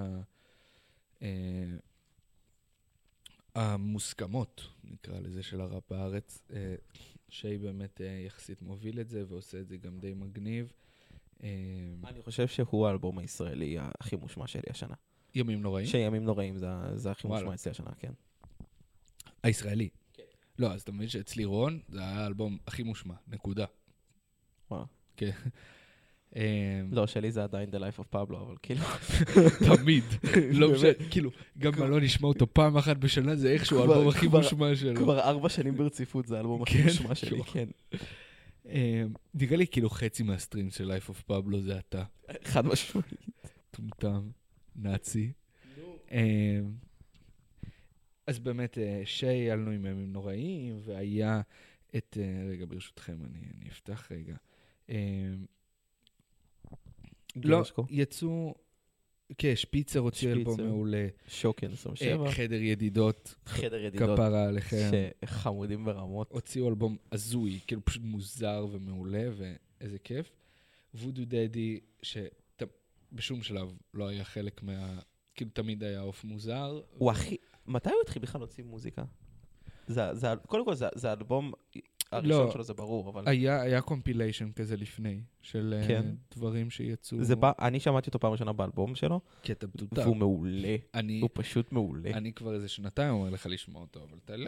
המוסכמות, נקרא לזה, של הראפ בארץ. שי באמת יחסית מוביל את זה, ועושה את זה גם די מגניב. אני חושב שהוא האלבום הישראלי הכי מושמע שלי השנה. ימים נוראים? שימים נוראים זה הכי מושמע אצלי השנה, כן. הישראלי? כן. לא, אז אתה מבין שאצלי רון, זה היה האלבום הכי מושמע, נקודה. וואו. כן. לא, שלי זה עדיין The Life of Pablo, אבל כאילו... תמיד. לא משנה, כאילו, גם מה לא נשמע אותו פעם אחת בשנה, זה איכשהו האלבום הכי מושמע שלו. כבר 4 שנים ברציפות זה האלבום הכי מושמע שלי, כן. נראה לי כאילו חצי מהסטרים של Life of Pablo זה אתה. חד משמעית. טומטם, נאצי. אז באמת, שי עלנו עם ימים נוראים, והיה את... רגע, ברשותכם, אני אפתח רגע. לא, יצאו... כן, שפיצר הוציא אלבום מעולה. שוקן 27. חדר ידידות. כפרה עליכם. שחמודים ברמות. הוציאו אלבום הזוי, כאילו פשוט מוזר ומעולה, ואיזה כיף. וודו דדי, שבשום שלב לא היה חלק מה... כאילו תמיד היה אוף מוזר. הוא הכי... מתי הוא התחיל בכלל להוציא מוזיקה? קודם כל זה האלבום הראשון שלו, זה ברור, אבל... היה קומפיליישן כזה לפני, של דברים שיצאו... אני שמעתי אותו פעם ראשונה באלבום שלו, והוא מעולה, הוא פשוט מעולה. אני כבר איזה שנתיים אומר לך לשמוע אותו, אבל אתה לא...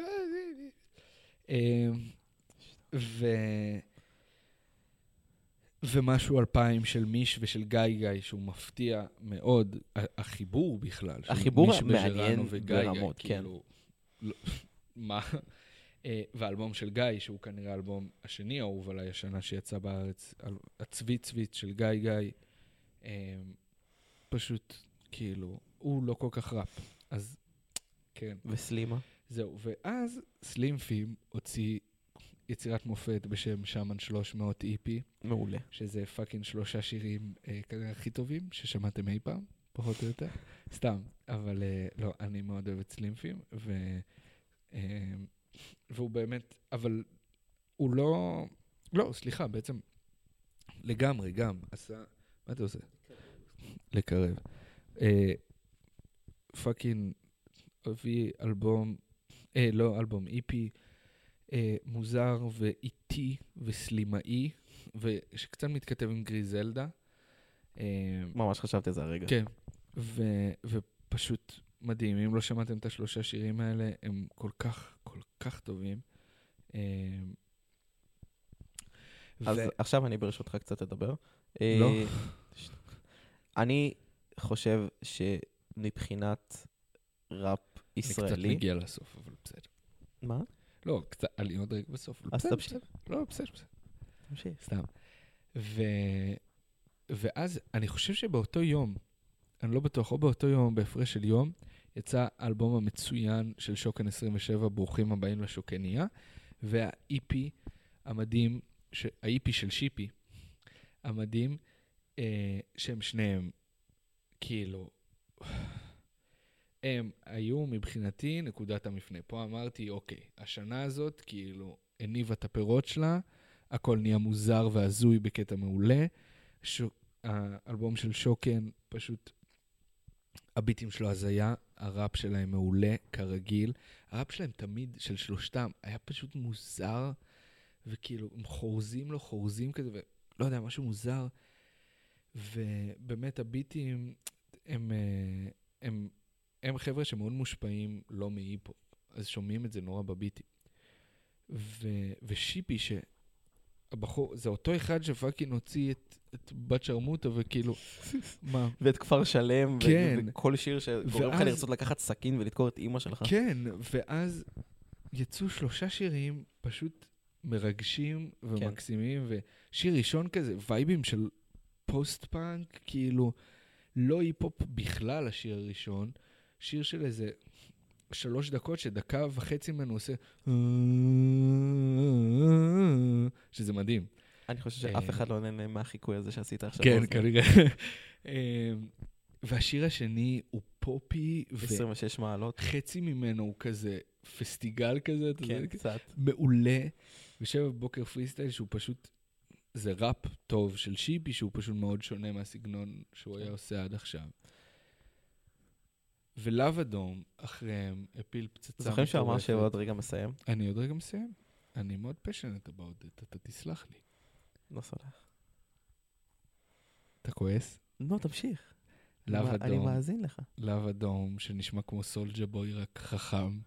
ומשהו 2000 של מיש ושל גיא, שהוא מפתיע מאוד, החיבור בכלל, החיבור מעניין ברמות, כן. מה? והאלבום של גיא, שהוא כנראה האלבום השני האהוב עליי השנה שיצא בארץ, הצווית של גיא, פשוט כאילו, הוא לא כל כך ראפ, אז כן. וסלימה? זהו, ואז סלימפים הוציא יצירת מופת בשם שמן 300 EP. מעולה. שזה פאקינג 3 שירים כנראה הכי טובים ששמעתם אי פעם, פחות או יותר. סתם, אבל לא, אני מאוד אוהב את סלימפים, והוא באמת, אבל הוא לא, סליחה, בעצם לגמרי גם עשה, מה אתה עושה? לקרב. פאקינג הביא אלבום, לא אלבום, EP, מוזר ואיטי וסלימאי, ושקצת מתכתב עם גריזלדה. ממש חשבתי זה הרגע. כן, ופשוט מדהים. אם לא שמעתם את 3 שירים האלה, הם כל כך טובים. אז עכשיו אני ברשותך קצת אדבר. לא. אני חושב שמבחינת ראפ ישראלי... אני קצת מגיע לסוף, אבל בסדר. מה? לא, קצת, אני עוד רגע בסוף. אז תמשיך. לא, בסדר. תמשיך. סתם. ואז אני חושב שבאותו יום, אני לא בטוח, או באותו יום, בהפרש של יום, יצא האלבום המצוין של שוקן 27, ברוכים הבאים לשוקניה, וה-EP המדהים, ה-EP של שיפי, המדהים, שהם שניהם, כאילו, הם היו מבחינתי נקודת המפנה. פה אמרתי, אוקיי, השנה הזאת, כאילו, הניבה את הפירות שלה, הכל נהיה מוזר והזוי בקטע מעולה, האלבום של שוקן, פשוט, הביטים שלו הזיה, הראפ שלהם מעולה, כרגיל. הראפ שלהם תמיד, של שלושתם, היה פשוט מוזר, וכאילו, הם חורזים כזה, ולא יודע, משהו מוזר. ובאמת, הביטים, הם חבר'ה שמאוד מושפעים לא מהיפ-הופ, אז שומעים את זה נורא בביטים. ושיפי, שהבחור, זה אותו אחד שפאקינג הוציא את בת שרמוטה, וכאילו, מה? ואת כפר שלם, כן. וכל שיר שגורם לך לרצות לקחת סכין ולדקור את אמא שלך. כן, ואז יצאו 3 שירים פשוט מרגשים ומקסימים, ושיר ראשון כזה, וייבים של פוסט-פאנק, כאילו, לא היפ-הופ בכלל השיר הראשון, שיר של איזה 3 דקות, שדקה וחצי ממנו עושה, שזה מדהים. אני חושב שאף אחד לא נהנה מהחיקוי הזה שעשית עכשיו. כן, כנראה. והשיר השני הוא פופי. 26 מעלות. חצי ממנו הוא כזה פסטיגל כזה, כן, קצת. מעולה, ושבע בבוקר פריסטייל שהוא פשוט, זה ראפ טוב של שיפי, שהוא פשוט מאוד שונה מהסגנון שהוא היה עושה עד עכשיו. ולאב אדום, אחריהם, הפיל פצצה מטורפת. זוכרים שאמר שעוד רגע מסיים? אני עוד רגע מסיים. אני מאוד passionate about it, אתה תסלח לי. לא סולח. אתה כועס? לא, תמשיך. לאב אדום. אני מאזין לך. לאב אדום, שנשמע כמו סולג'ה בוי, רק חכם.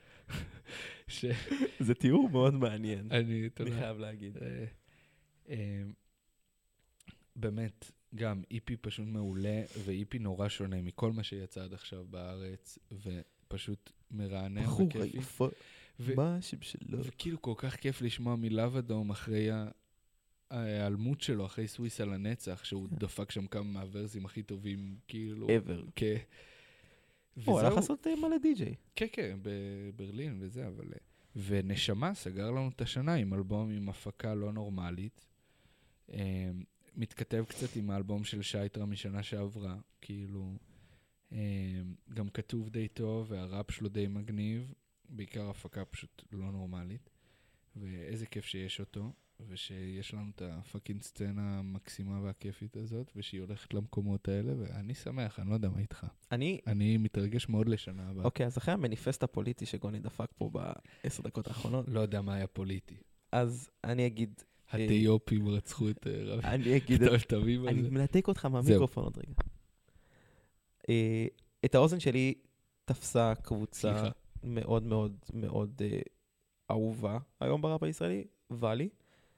זה תיאור מאוד מעניין. אני חייב להגיד. באמת, גם איפי פשוט מעולה, ואיפי נורא שונה מכל מה שיצא עד עכשיו בארץ, ופשוט מרענן וכיפי. בחור יפה, מה השם שלו? וכאילו כל כך כיף לשמוע מלאב אדום אחרי ההיעלמות שלו, אחרי סוויס על הנצח, שהוא דפק שם כמה מהוורסים הכי טובים, כאילו... ever. כן. הוא הלך לעשות מלא די-ג'יי. כן, כן, בברלין וזה, אבל... ונשמה סגר לנו את השנה עם אלבום עם הפקה לא נורמלית. מתכתב קצת עם האלבום של שייטרה משנה שעברה, כאילו... גם כתוב די טוב, והראפ שלו די מגניב, בעיקר הפקה פשוט לא נורמלית. ואיזה כיף שיש אותו, ושיש לנו את הפאקינג סצנה המקסימה והכיפית הזאת, ושהיא הולכת למקומות האלה, ואני שמח, אני לא יודע מה איתך. אני מתרגש מאוד לשנה הבאה. אוקיי, אז אחרי המניפסט הפוליטי שגוני דפק פה ב10 דקות האחרונות. לא יודע מה היה פוליטי. אז אני אגיד... הטיופים רצחו את רבי. אני אגיד... אני מנתק אותך מהמיקרופון עוד רגע. את האוזן שלי תפסה קבוצה מאוד מאוד מאוד אהובה היום בראפ הישראלי, ואלי.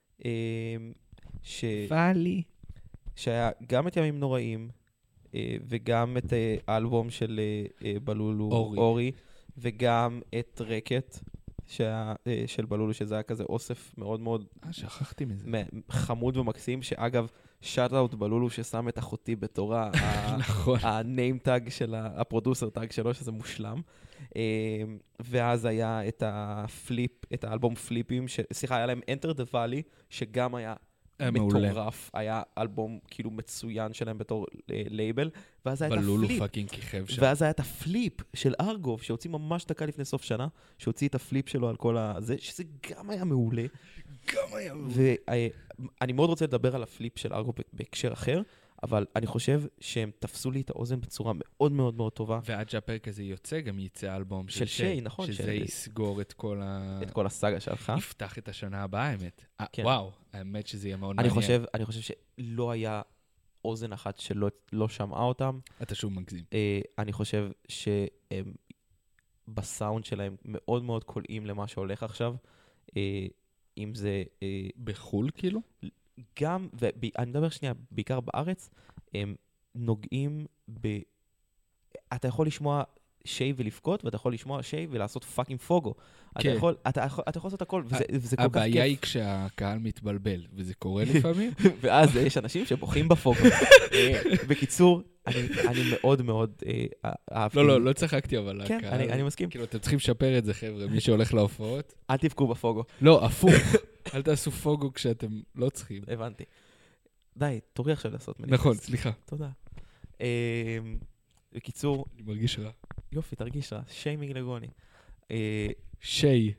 ואלי. שהיה גם את ימים נוראים, וגם את האלבום של בלולו אורי, וגם את רקט, של בלולו, שזה היה כזה אוסף מאוד מאוד... שכחתי מזה. חמוד ומקסים, שאגב, שאט-אוט בלולו ששם את אחותי בתור הניים טאג של הפרודוסר טאג שלו, שזה מושלם. ואז היה את הפליפ, את האלבום פליפים, סליחה, היה להם Enter the Valley, שגם היה מטורף, היה אלבום כאילו מצוין שלהם בתור לייבל, ואז היה את הפליפ. בלולו פאקינג כיכב שם. ואז היה את הפליפ של ארגוב, שהוציא ממש דקה לפני סוף שנה, שהוציא את הפליפ שלו על כל הזה, שזה גם היה מעולה. גם היה מעולה. ואני מאוד רוצה לדבר על הפליפ של ארגוב בהקשר אחר, אבל אני חושב שהם תפסו לי את האוזן בצורה מאוד מאוד מאוד טובה. ועד שהפרק הזה יוצא, גם יצא אלבום של שי, נכון. שזה יסגור את כל הסאגה שלך. יפתח את השנה הבאה, האמת. כן. וואו, האמת שזה יהיה מאוד מעניין. אני חושב שלא היה אוזן אחת שלא שמעה אותם. אתה שוב מגזים. אני חושב שהם בסאונד שלהם מאוד מאוד קולעים למה שהולך עכשיו. אם זה... בחול כאילו? גם, ואני מדבר שנייה, בעיקר בארץ, הם נוגעים אתה יכול לשמוע שי ולפקות, ואתה יכול לשמוע שי ולעשות פאקינג פוגו. כן. אתה יכול לעשות הכל, וזה כל כך כיף. הבעיה היא כשהקהל מתבלבל, וזה קורה לפעמים. ואז יש אנשים שבוכים בפוגו. בקיצור, אני מאוד מאוד אהבתי. לא צחקתי אבל. כן, אני מסכים. כאילו, אתם צריכים לשפר את זה, חבר'ה, מי שהולך להופעות. אל תבכו בפוגו. לא, הפוך. אל תעשו פוגו כשאתם לא צריכים. הבנתי. די, תורי עכשיו לעשות מניפסט. נכון, סליחה. תודה. בקיצור... אני מרגיש רע. יופי, תרגיש רע. שיימינג לגוני. שי.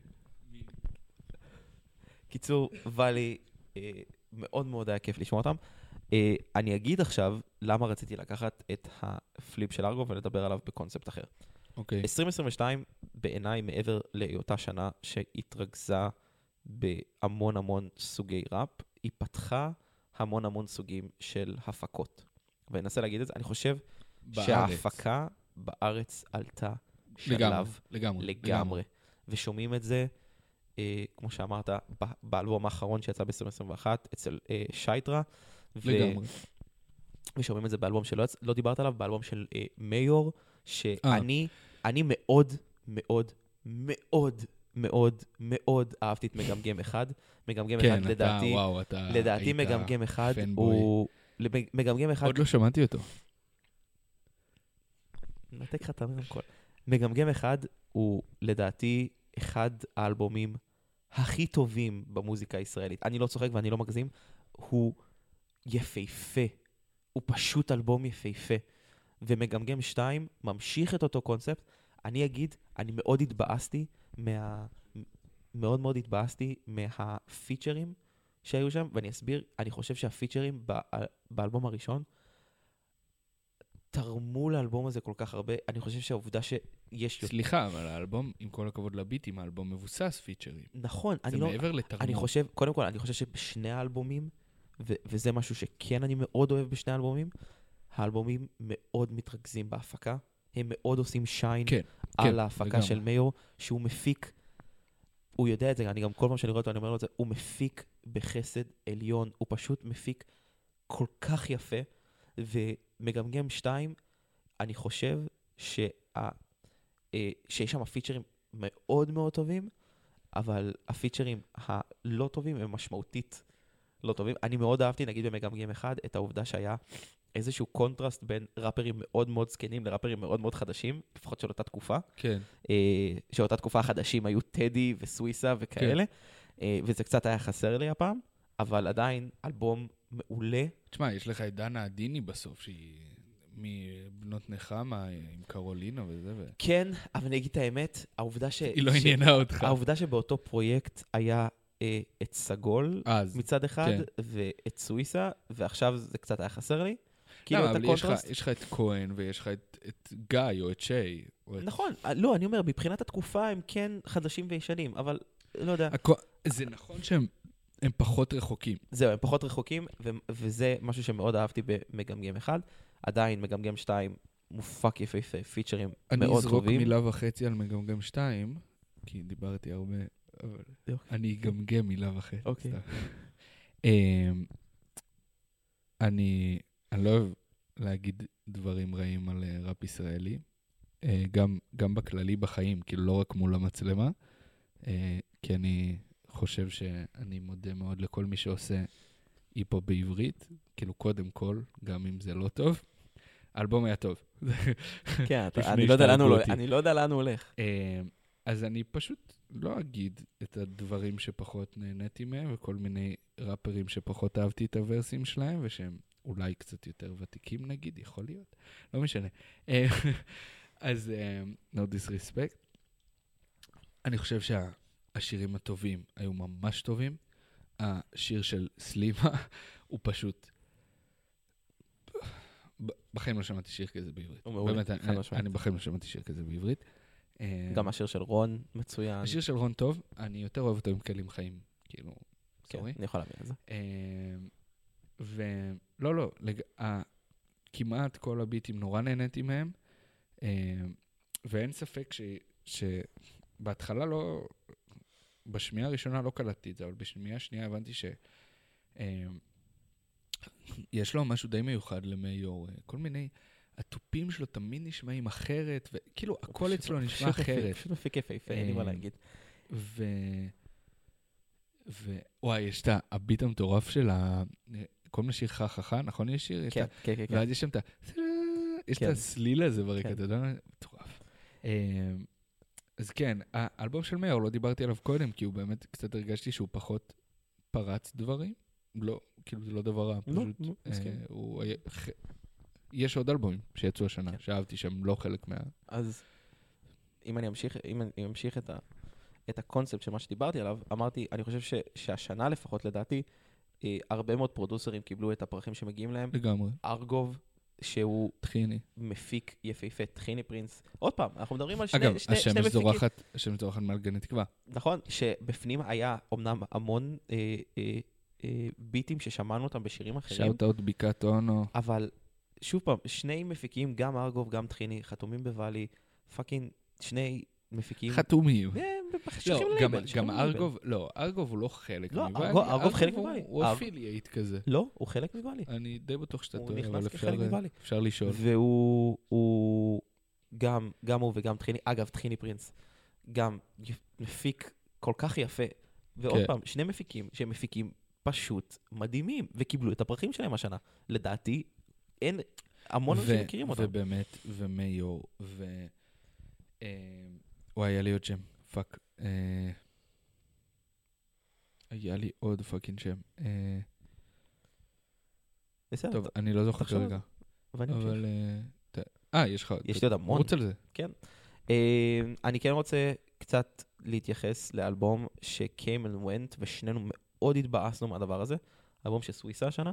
קיצור, ואלי, מאוד מאוד היה כיף לשמוע אותם. אני אגיד עכשיו למה רציתי לקחת את הפליפ של ארגו ולדבר עליו בקונספט אחר. אוקיי. 2022 בעיניי מעבר לאותה שנה שהתרכזה בהמון המון סוגי ראפ, היא פתחה המון המון סוגים של הפקות. ואני אנסה להגיד את זה, אני חושב שההפקה בארץ עלתה שלב לגמרי. ושומעים את זה, כמו שאמרת, באלבום האחרון שיצא ב-2021, אצל שייטרה. לגמרי. ושומעים את זה באלבום שלא דיברת עליו, באלבום של מיור, שאני מאוד מאוד מאוד מאוד מאוד אהבתי את מגמגם אחד. מגמגם אחד לדעתי, לדעתי מגמגם אחד הוא... מגמגם אחד... עוד לא שמעתי אותו. נתק לך תמיד הכל. מגמגם אחד הוא לדעתי אחד האלבומים הכי טובים במוזיקה הישראלית. אני לא צוחק ואני לא מגזים. הוא יפהפה. הוא פשוט אלבום יפהפה. ומגמגם 2 ממשיך את אותו קונספט. אני אגיד, אני מאוד התבאסתי מאוד מאוד התבאסתי מהפיצ'רים שהיו שם, ואני אסביר, אני חושב שהפיצ'רים באלבום הראשון תרמו לאלבום הזה כל כך הרבה, אני חושב שהעובדה שיש... סליחה, אבל האלבום, עם כל הכבוד לביטים, האלבום מבוסס פיצ'רים. נכון, זה מעבר לתרמו. אני חושב, קודם כל, אני חושב שבשני האלבומים, וזה משהו שכן אני מאוד אוהב בשני האלבומים, האלבומים מאוד מתרכזים בהפקה, הם מאוד עושים שיין על ההפקה של מאיור, שהוא מפיק, הוא יודע את זה, אני גם כל פעם שאני רואה אותו, אני אומר לו את זה, הוא מפיק בחסד עליון, הוא פשוט מפיק כל כך יפה, ומגמגם 2, אני חושב שיש שם פיצ'רים מאוד מאוד טובים, אבל הפיצ'רים הלא טובים הם משמעותית לא טובים. אני מאוד אהבתי, נגיד במגמגם 1, את העובדה שהיה איזשהו קונטרסט בין ראפרים מאוד מאוד זקנים לראפרים מאוד מאוד חדשים, לפחות של אותה תקופה. כן. שאותה תקופה החדשים היו טדי וסוויסה וכאלה, וזה קצת היה חסר לי הפעם, אבל עדיין אלבום מעולה. תשמע, יש לך את דנה עדיני בסוף, שהיא מבנות נחמה עם קרולינה וזה. כן, אבל אני אגיד את האמת, היא לא עניינה אותך. העובדה שבאותו פרויקט היה את סגול מצד אחד, ואת סוויסה, ועכשיו זה קצת היה חסר לי. לא, אבל יש לך את כהן, ויש לך את גיא, או את שי. נכון, לא, אני אומר, מבחינת התקופה הם כן חדשים וישנים, אבל לא יודע. זה נכון שהם פחות רחוקים. זהו, הם פחות רחוקים, וזה משהו שמאוד אהבתי במגמגם 1. עדיין, מגמגם 2 מופק יפהפה, פיצ'רים מאוד טובים. אני אזרוק מילה וחצי על מגמגם 2, כי דיברתי הרבה, אבל אני אגמגם מילה וחצי. אוקיי. אני לא אוהב להגיד דברים רעים על ראפ ישראלי, גם בכללי בחיים, כאילו לא רק מול המצלמה, כי אני חושב שאני מודה מאוד לכל מי שעושה היפ-הופ בעברית, כאילו קודם כל, גם אם זה לא טוב. האלבום היה טוב. כן, אני לא יודע לאן הוא הולך. אז אני פשוט לא אגיד את הדברים שפחות נהניתי מהם, וכל מיני ראפרים שפחות אהבתי את הוורסים שלהם, ושהם אולי קצת יותר ותיקים נגיד, יכול להיות. לא משנה. אז no disrespect. אני חושב שהשירים הטובים היו ממש טובים. השיר של סלימה הוא פשוט... בחיים לא שמעתי שיר כזה בעברית. באמת, אני בחיים לא שמעתי שיר כזה בעברית. גם השיר של רון מצוין. השיר של רון טוב, אני יותר אוהב אותו עם כלים חיים, כאילו, סורי. אני יכול להבין את זה. ולא, כמעט כל הביטים נורא נהניתי מהם, ואין ספק שבהתחלה לא, בשמיעה הראשונה לא קלטתי את זה, אבל בשמיעה השנייה הבנתי יש לו משהו די מיוחד למאיור, כל מיני... הטופים שלו תמיד נשמעים אחרת, וכאילו הכל אצלו נשמע אחרת. פשוט מפיק יפה, אין לי מה להגיד. וואי, יש את הביט המטורף של כל מיני שיר חככה, נכון יש שיר? כן. ואז יש שם יש את הסליל הזה ברקע, אתה יודע? מטורף. אז כן, האלבום של מאיור, לא דיברתי עליו קודם, כי הוא באמת קצת הרגשתי שהוא פחות פרץ דברים. לא, כאילו זה לא דבר רע, פשוט הוא... יש עוד אלבומים שיצאו השנה, שאהבתי שהם לא חלק מה... אז אם אני אמשיך את הקונספט של מה שדיברתי עליו, אמרתי, אני חושב שהשנה לפחות לדעתי, הרבה מאוד פרודוסרים קיבלו את הפרחים שמגיעים להם. לגמרי. ארגוב, שהוא תחיני. מפיק יפהפה, תחיני פרינס. עוד פעם, אנחנו מדברים על שני מפיקים. אגב, השם זורחת מעל גני תקווה. נכון, שבפנים היה אומנם המון ביטים ששמענו אותם בשירים אחרים. שאוט-אוט ביקת אונו. אבל... שוב פעם, שני מפיקים, גם ארגוב, גם תחיני, חתומים בוואלי, פאקינג שני מפיקים. חתומים. לא, גם ארגוב, לא, ארגוב הוא לא חלק מוואלי. לא, ארגוב חלק מוואלי. הוא אפילייט כזה. לא, הוא חלק מוואלי. אני די בטוח שאתה טועה, אבל אפשר לשאול. והוא, גם הוא וגם תחיני, אגב, תחיני פרינס, גם מפיק כל כך יפה. ועוד פעם, שני מפיקים שהם מפיקים פשוט מדהימים, וקיבלו את הפרחים שלהם השנה. לדעתי, אין המון אנשים מכירים אותם. ובאמת, ומאיור, וואי, היה לי עוד שם, פאק. היה לי עוד פאקינג שם. טוב, אני לא זוכר כרגע. אבל... יש לך... יש לי עוד המון. רוץ על זה. כן. אני כן רוצה קצת להתייחס לאלבום ש-came and went, ושנינו מאוד התבאסנו מהדבר הזה. אלבום של סוויסה השנה.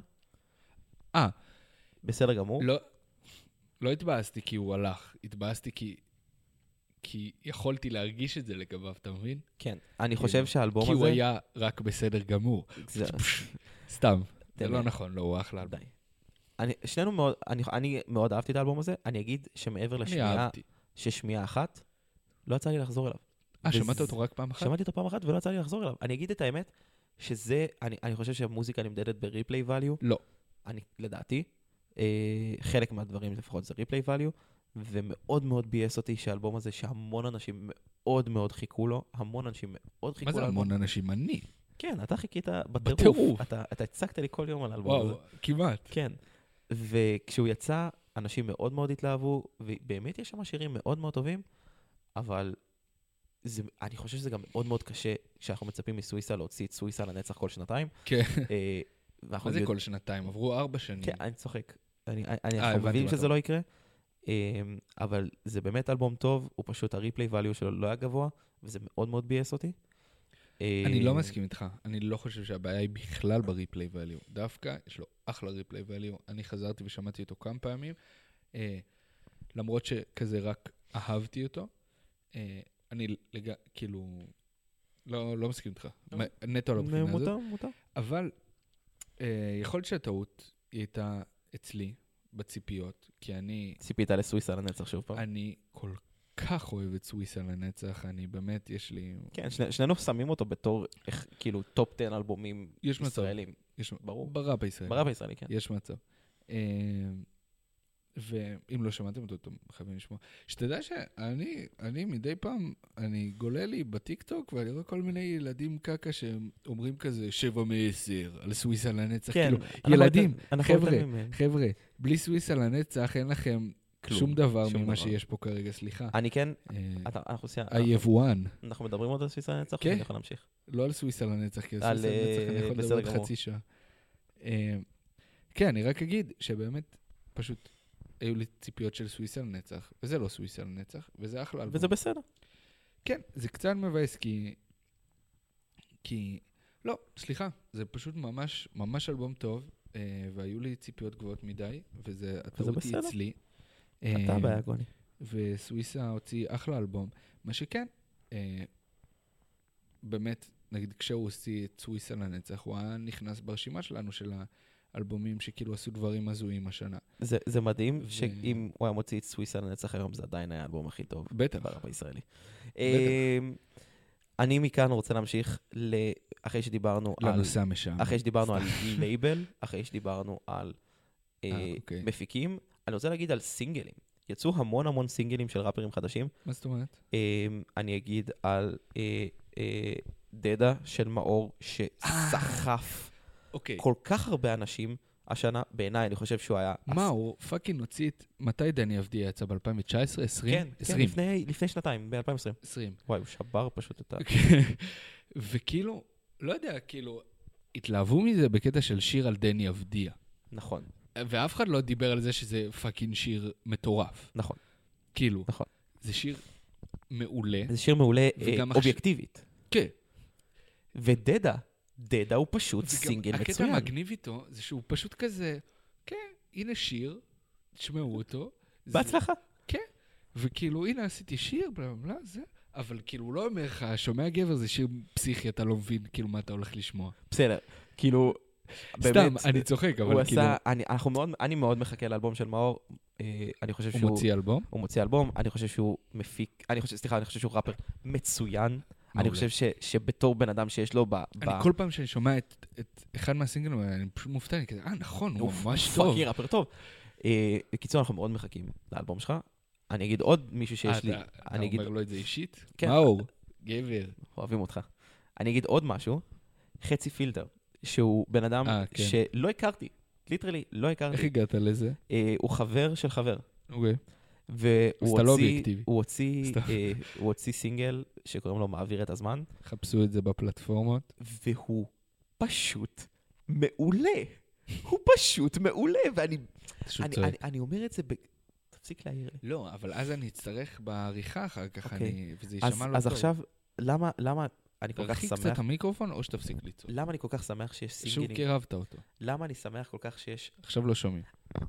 בסדר גמור. לא התבאסתי כי הוא הלך, התבאסתי כי יכולתי להרגיש את זה לגביו, אתה מבין? כן, אני חושב שהאלבום הזה... כי הוא היה רק בסדר גמור. סתם, זה לא נכון, לא, הוא אחלה אלבום. שנינו מאוד, אני מאוד אהבתי את האלבום הזה, אני אגיד שמעבר לשמיעה, ששמיעה אחת, לא יצא לי לחזור אליו. שמעת אותו רק פעם אחת? שמעתי אותו פעם אחת ולא יצא לי לחזור אליו. אני אגיד את האמת, שזה, אני חושב שהמוזיקה נמדדת בריפליי ואליו. לא. לדעתי, חלק מהדברים לפחות זה ריפליי ואליו, ומאוד מאוד בייס אותי שהאלבום הזה, שהמון אנשים מאוד מאוד חיכו לו, המון אנשים מאוד חיכו לו. מה זה המון אנשים? אני. כן, אתה חיכית בטירוף. אתה הצגת לי כל יום על האלבום הזה. וואו, כמעט. כן. וכשהוא יצא, אנשים מאוד מאוד התלהבו, ובאמת יש שם שירים מאוד מאוד טובים, אבל אני חושב שזה גם מאוד מאוד קשה, שאנחנו מצפים מסוויסה להוציא את סוויסה לנצח כל שנתיים. כן. מה זה כל שנתיים? עברו 4 שנים. כן, אני צוחק. אני מבין שזה לא יקרה, אבל זה באמת אלבום טוב, הוא פשוט הריפליי ואליו שלו לא היה גבוה, וזה מאוד מאוד בייס אותי. אני לא מסכים איתך, אני לא חושב שהבעיה היא בכלל בריפליי ואליו. דווקא, יש לו אחלה ריפליי ואליו, אני חזרתי ושמעתי אותו כמה פעמים, למרות שכזה רק אהבתי אותו, אני כאילו, לא מסכים איתך, נטו על הבחינה הזאת. מותר. אבל יכול להיות שהטעות היא הייתה אצלי, בציפיות, כי אני... ציפית לסוויסה לנצח שוב פעם. אני כל כך אוהב את סוויסה לנצח, אני באמת, יש לי... כן, שנינו שמים אותו בתור, כאילו, טופ 10 אלבומים ישראלים. ברור. בראפ הישראלי. בראפ הישראלי, כן. יש מצב. ואם לא שמעתם אותו, אתם חייבים לשמוע. שתדע שאני מדי פעם, אני גולה לי בטיקטוק, ואני רואה כל מיני ילדים קקה שאומרים כזה 7 מ-10 על סוויסה לנצח. כן. ילדים, חבר'ה, בלי סוויסה לנצח אין לכם שום דבר ממה שיש פה כרגע, סליחה. אני כן, היבואן. אנחנו מדברים עוד על סוויסה לנצח, כן. אני יכול להמשיך. לא על סוויסה לנצח, כי על סוויסה לנצח אני יכול לדבר עוד חצי שעה. כן, אני רק אגיד שבאמת פשוט היו לי ציפיות של סוויסה לנצח, וזה לא סוויסה לנצח, וזה אחלה אלבום. וזה בסדר. כן, זה קצת מבאס, כי... לא, סליחה, זה פשוט ממש, ממש אלבום טוב, והיו לי ציפיות גבוהות מדי, וזה הטעות היא אצלי. אתה הבעיה, גוני. וסוויסה הוציא אחלה אלבום. מה שכן, באמת, נגיד כשהוא הוציא את סוויסה לנצח, הוא היה נכנס ברשימה שלנו של האלבומים שכאילו עשו דברים הזויים השנה. זה מדהים שאם הוא היה מוציא את סוויסה לנצח היום, זה עדיין היה האלבום הכי טוב. בטח. בראפ הישראלי. אני מכאן רוצה להמשיך אחרי שדיברנו על... לנושא המשם. אחרי שדיברנו על לייבל, אחרי שדיברנו על מפיקים, אני רוצה להגיד על סינגלים. יצאו המון סינגלים של ראפרים חדשים. מה זאת אומרת? אני אגיד על דדה של מאור שסחף כל כך הרבה אנשים השנה. בעיניי, אני חושב שהוא היה... מה, הוא פאקינג הוציא את... מתי דני אבדיה יצא? ב-2019? 20? כן, לפני שנתיים, ב-2020. 20. וואי, הוא שבר פשוט את ה... וכאילו, לא יודע, כאילו, התלהבו מזה בקטע של שיר על דני אבדיה. נכון. ואף אחד לא דיבר על זה שזה פאקינג שיר מטורף. נכון. כאילו, נכון. זה שיר מעולה. זה שיר מעולה אובייקטיבית. כן. ודדה הוא פשוט סינגל מצוין. הקטע המגניב איתו זה שהוא פשוט כזה, כן, הנה שיר, תשמעו אותו. בהצלחה. כן. וכאילו, הנה עשיתי שיר, בלה, זה. אבל כאילו, הוא לא אומר לך, שומע גבר זה שיר פסיכי, אתה לא מבין כאילו מה אתה הולך לשמוע. בסדר. כאילו... סתם, אני צוחק, אבל כאילו... אני מאוד מחכה לאלבום של מאור. אני חושב שהוא... הוא מוציא אלבום? הוא מוציא אלבום. אני חושב שהוא מפיק... אני חושב שהוא ראפר מצוין. אני חושב שבתור בן אדם שיש לו אני כל פעם שאני שומע את אחד מהסינגלים, אני פשוט מופתע, אני כזה, נכון, הוא ממש טוב. הוא פאקינג ראפר טוב. בקיצור, אנחנו מאוד מחכים לאלבום שלך. אני אגיד עוד מישהו שיש לי... אתה אומר לו את זה אישית? כן. מאור, גבר. אוהבים אותך. אני אגיד עוד משהו. חצי פילטר. שהוא בן אדם שלא הכרתי, ליטרלי, לא הכרתי. איך הגעת לזה? הוא חבר של חבר. אוקיי. והוא הוציא סינגל שקוראים לו מעביר את הזמן. חפשו את זה בפלטפורמות. והוא פשוט מעולה. הוא פשוט מעולה, ואני אומר את זה תפסיק להעיר לי. לא, אבל אז אני אצטרך בעריכה אחר כך, וזה יישמע לא טוב. אז עכשיו, למה אני כל כך שמח... תרחיק קצת המיקרופון או שתפסיק ליצור? למה אני כל כך שמח שיש סינגלים? שוב קירבת אותו. למה אני שמח כל כך שיש... עכשיו לא שומעים.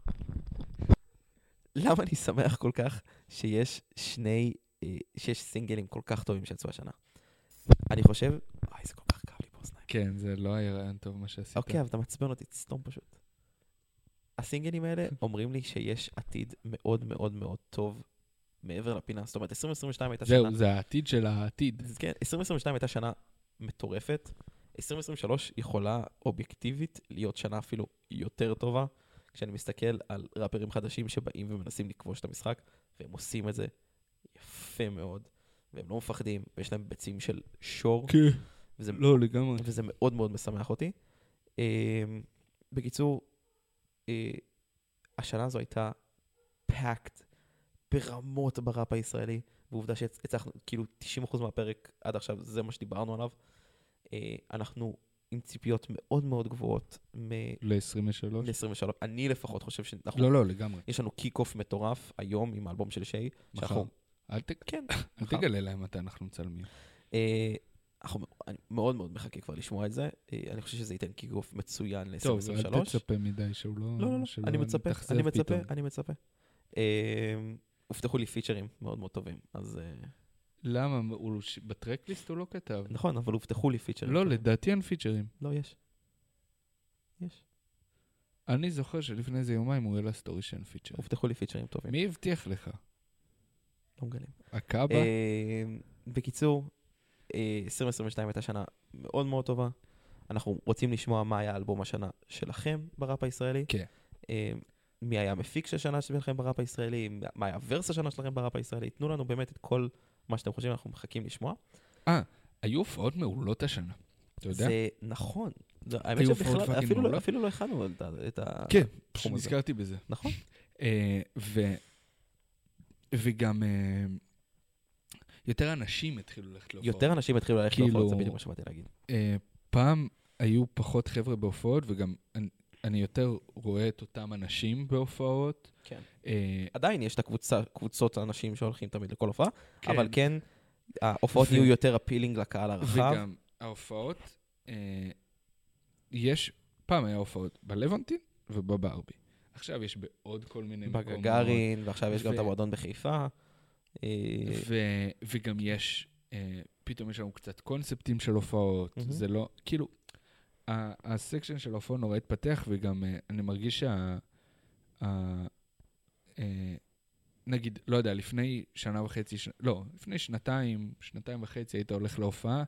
למה אני שמח כל כך שיש שיש סינגלים כל כך טובים שיצאו השנה? אני חושב... זה כל כך כאב לי באוזניים. כן, זה לא היה רעיון טוב מה שעשית. אוקיי, אבל אתה מעצבן אותי, תסתום פשוט. הסינגלים האלה אומרים לי שיש עתיד מאוד מאוד מאוד טוב מעבר לפינה. זאת אומרת, 2022 הייתה שנה... זהו, זה העתיד של העתיד. כן, 2022 הייתה שנה מטורפת. 2023 יכולה אובייקטיבית להיות שנה אפילו יותר טובה, כשאני מסתכל על ראפרים חדשים שבאים ומנסים לכבוש את המשחק, והם עושים את זה יפה מאוד, והם לא מפחדים, ויש להם ביצים של שור. כן, לא לגמרי. וזה מאוד מאוד משמח אותי. בקיצור, השנה הזו הייתה packed ברמות בראפ הישראלי, ועובדה שהצלחנו, כאילו 90% מהפרק עד עכשיו, זה מה שדיברנו עליו. אנחנו עם ציפיות מאוד מאוד גבוהות. ל-23? ל-23. אני לפחות חושב שאנחנו... לא, לגמרי. יש לנו קיק-אוף מטורף היום עם האלבום של שי. מחר. אל תגלה להם מתי אנחנו מצלמים. אני מאוד מאוד מחכה כבר לשמוע את זה. אני חושב שזה ייתן קיק-אוף מצוין ל-2023. טוב, אל תצפה מדי שהוא לא... לא, אני מצפה. הובטחו לי פיצ'רים מאוד מאוד טובים, אז... למה? בטרקליסט הוא לא כתב. נכון, אבל הובטחו לי פיצ'רים. לא, לדעתי אין פיצ'רים. לא, יש. אני זוכר שלפני איזה יומיים הוא העלה סטורי שאין פיצ'רים. הובטחו לי פיצ'רים טובים. מי הבטיח לך? לא מגלים. הקאבה? בקיצור, 2022 הייתה שנה מאוד מאוד טובה. אנחנו רוצים לשמוע מה היה האלבום השנה שלכם בראפ הישראלי. כן. מי היה המפיק של השנה שלכם בראפ הישראלי, מה היה הוורס השנה שלכם בראפ הישראלי. תנו לנו באמת את כל מה שאתם חושבים, אנחנו מחכים לשמוע. היו הופעות מעולות השנה. אתה יודע? זה נכון. האמת שבכלל, אפילו לא הכנו את התחום הזה. כן, נזכרתי בזה. נכון. וגם יותר אנשים התחילו ללכת להופעות. יותר אנשים התחילו ללכת להופעות, זה בדיוק מה שבאתי להגיד. פעם היו פחות חבר'ה בהופעות, וגם אני יותר רואה את אותם אנשים בהופעות. כן. עדיין יש את הקבוצות האנשים שהולכים תמיד לכל הופעה, אבל כן, ההופעות יהיו יותר אפילינג לקהל הרחב. וגם ההופעות, פעם היה הופעות בלוונטין ובברבי. עכשיו יש בעוד כל מיני מקומות. בגגארין, ועכשיו יש גם את המועדון בחיפה. וגם יש, פתאום יש לנו קצת קונספטים של הופעות. זה לא, כאילו, הסקשן של ההופעות נורא התפתח, וגם אני מרגיש נגיד, לא יודע, לפני שנה וחצי, לפני שנתיים וחצי היית הולך להופעה,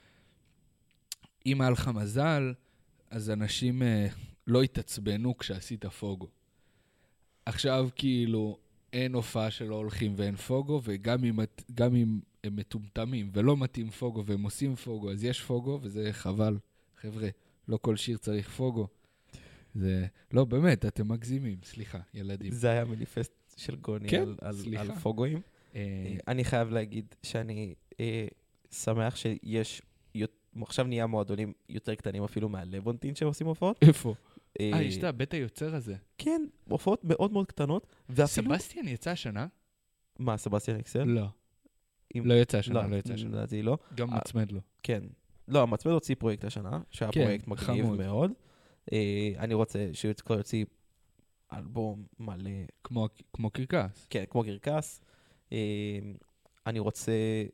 אם היה לך מזל, אז אנשים לא התעצבנו כשעשית פוגו. עכשיו כאילו אין הופעה שלא הולכים ואין פוגו, וגם אם הם מטומטמים ולא מתאים פוגו והם עושים פוגו, אז יש פוגו, וזה חבל. חבר'ה, לא כל שיר צריך פוגו. לא, באמת, אתם מגזימים. סליחה, ילדים. זה היה מניפסט של גוני על פוגואים. אני חייב להגיד שאני שמח שיש, עכשיו נהיה מועדונים יותר קטנים אפילו מהלוונטין שעושים הופעות. איפה? יש את הבית היוצר הזה. כן, הופעות מאוד מאוד קטנות. סבסטיאן יצא השנה? מה, סבסטיאן אקסל? לא. לא יצא השנה, לא יצא השנה. לדעתי לא. גם מצמד לו. כן. לא, המצמד הוציא פרויקט השנה, שהיה פרויקט מגניב מאוד. אני רוצה שכבר יוציא אלבום מלא. כמו קרקס. כן, כמו קרקס. אני רוצה...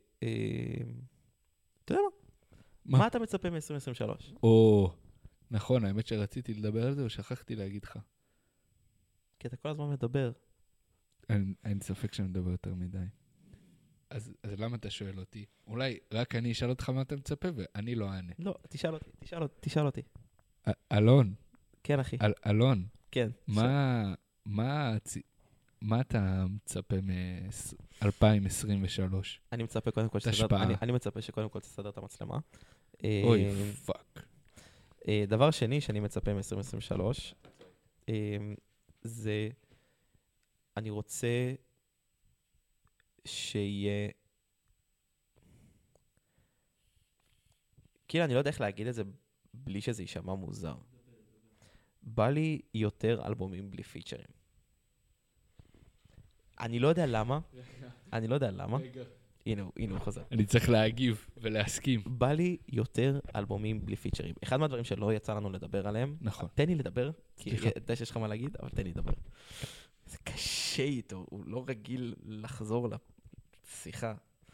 אתה יודע מה? מה אתה מצפה מ-2023? נכון, האמת שרציתי לדבר על זה, ושכחתי להגיד לך. כי אתה כל הזמן מדבר. אין ספק שאני מדבר יותר מדי. אז למה אתה שואל אותי? אולי רק אני אשאל אותך מה אתה מצפה, ואני לא אענה. לא, תשאל אותי. אלון. כן, אחי. אלון. כן. מה אתה מצפה מ-2023? אני מצפה שקודם כל תסדר את המצלמה. אוי, פאק. דבר שני שאני מצפה מ-2023, זה, אני רוצה שיהיה, כאילו אני לא יודע איך להגיד את זה בלי שזה יישמע מוזר. בא לי יותר אלבומים בלי פיצ'רים. אני לא יודע למה. הנה הוא חוזר. אני צריך להגיב ולהסכים. בא לי יותר אלבומים בלי פיצ'רים. אחד מהדברים שלא יצא לנו לדבר עליהם, נכון. תן לי לדבר, כי יודע שיש לך מה להגיד, אבל תן לי לדבר. זה קשה איתו, הוא לא רגיל לחזור לשיחה.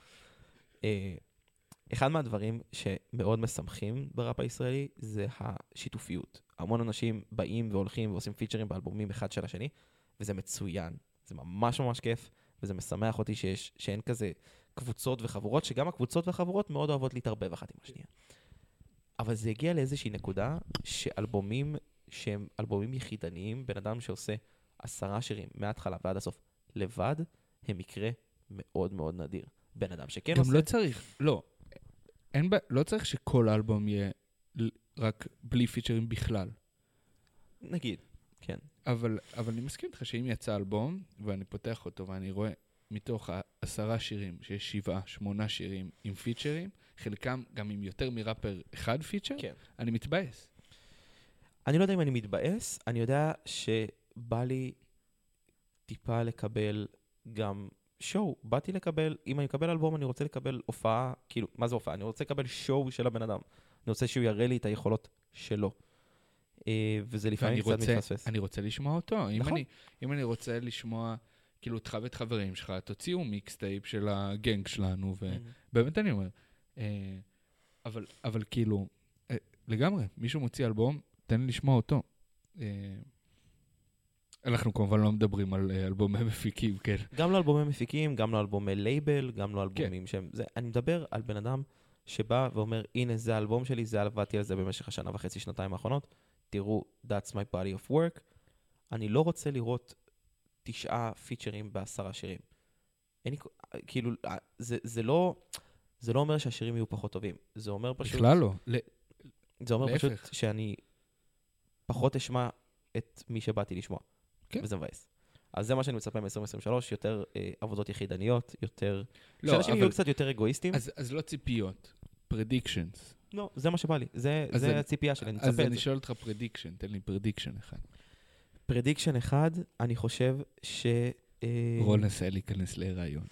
אחד מהדברים שמאוד משמחים בראפ הישראלי, זה השיתופיות. המון אנשים באים והולכים ועושים פיצ'רים באלבומים אחד של השני, וזה מצוין. זה ממש ממש כיף, וזה משמח אותי שאין כזה קבוצות וחבורות, שגם הקבוצות והחבורות מאוד אוהבות להתערבב אחת עם השנייה. אבל זה הגיע לאיזושהי נקודה שאלבומים שהם אלבומים יחידניים, בן אדם שעושה 10 שירים מההתחלה ועד הסוף לבד, הם מקרה מאוד מאוד נדיר. בן אדם שכן גם עושה... לא צריך, לא צריך שכל האלבום יהיה רק בלי פיצ'רים בכלל. נגיד, כן. אבל אני מסכים איתך שאם יצא אלבום, ואני פותח אותו ואני רואה מתוך 10 שירים, שיש 7, 8 שירים עם פיצ'רים, חלקם גם עם יותר מראפר אחד פיצ'ר, כן. אני מתבאס. אני לא יודע אם אני מתבאס, אני יודע שבא לי טיפה לקבל גם שואו. באתי לקבל, אם אני מקבל אלבום, אני רוצה לקבל הופעה, כאילו, מה זה הופעה? אני רוצה לקבל שואו של הבן אדם. אני רוצה שהוא יראה לי את היכולות שלו. וזה לפעמים קצת מתפספס. אני רוצה לשמוע אותו. נכון. אם אני רוצה לשמוע, כאילו, אותך ואת חברים שלך, תוציאו מיקסטייפ של הגנג שלנו, ובאמת אני אומר. אבל כאילו, לגמרי, מישהו מוציא אלבום, תן לי לשמוע אותו. אנחנו כמובן לא מדברים על אלבומי מפיקים, כן. גם לא אלבומי מפיקים, גם לא אלבומי לייבל, גם לא אלבומים שהם... אני מדבר על בן אדם שבא ואומר, הנה זה האלבום שלי, זה עבדתי על זה במשך השנה וחצי, שנתיים האחרונות, תראו, that's my body of work. אני לא רוצה לראות 9 פיצ'רים ב10 שירים. כאילו, זה לא אומר שהשירים יהיו פחות טובים. זה אומר פשוט... בכלל לא. זה אומר פשוט שאני פחות אשמע את מי שבאתי לשמוע. כן. וזה מבאס. אז זה מה שאני מצפה מ-2023, יותר עבודות יחידניות, יותר... שאנשים יהיו קצת יותר אגואיסטים. אז לא ציפיות, predictions. לא, זה מה שבא לי. זה הציפייה שלי, אני מצפה את אז זה. אני שואל אותך prediction, תן לי prediction אחד. prediction אחד, אני חושב ש... רון נסה להיכנס להיריון.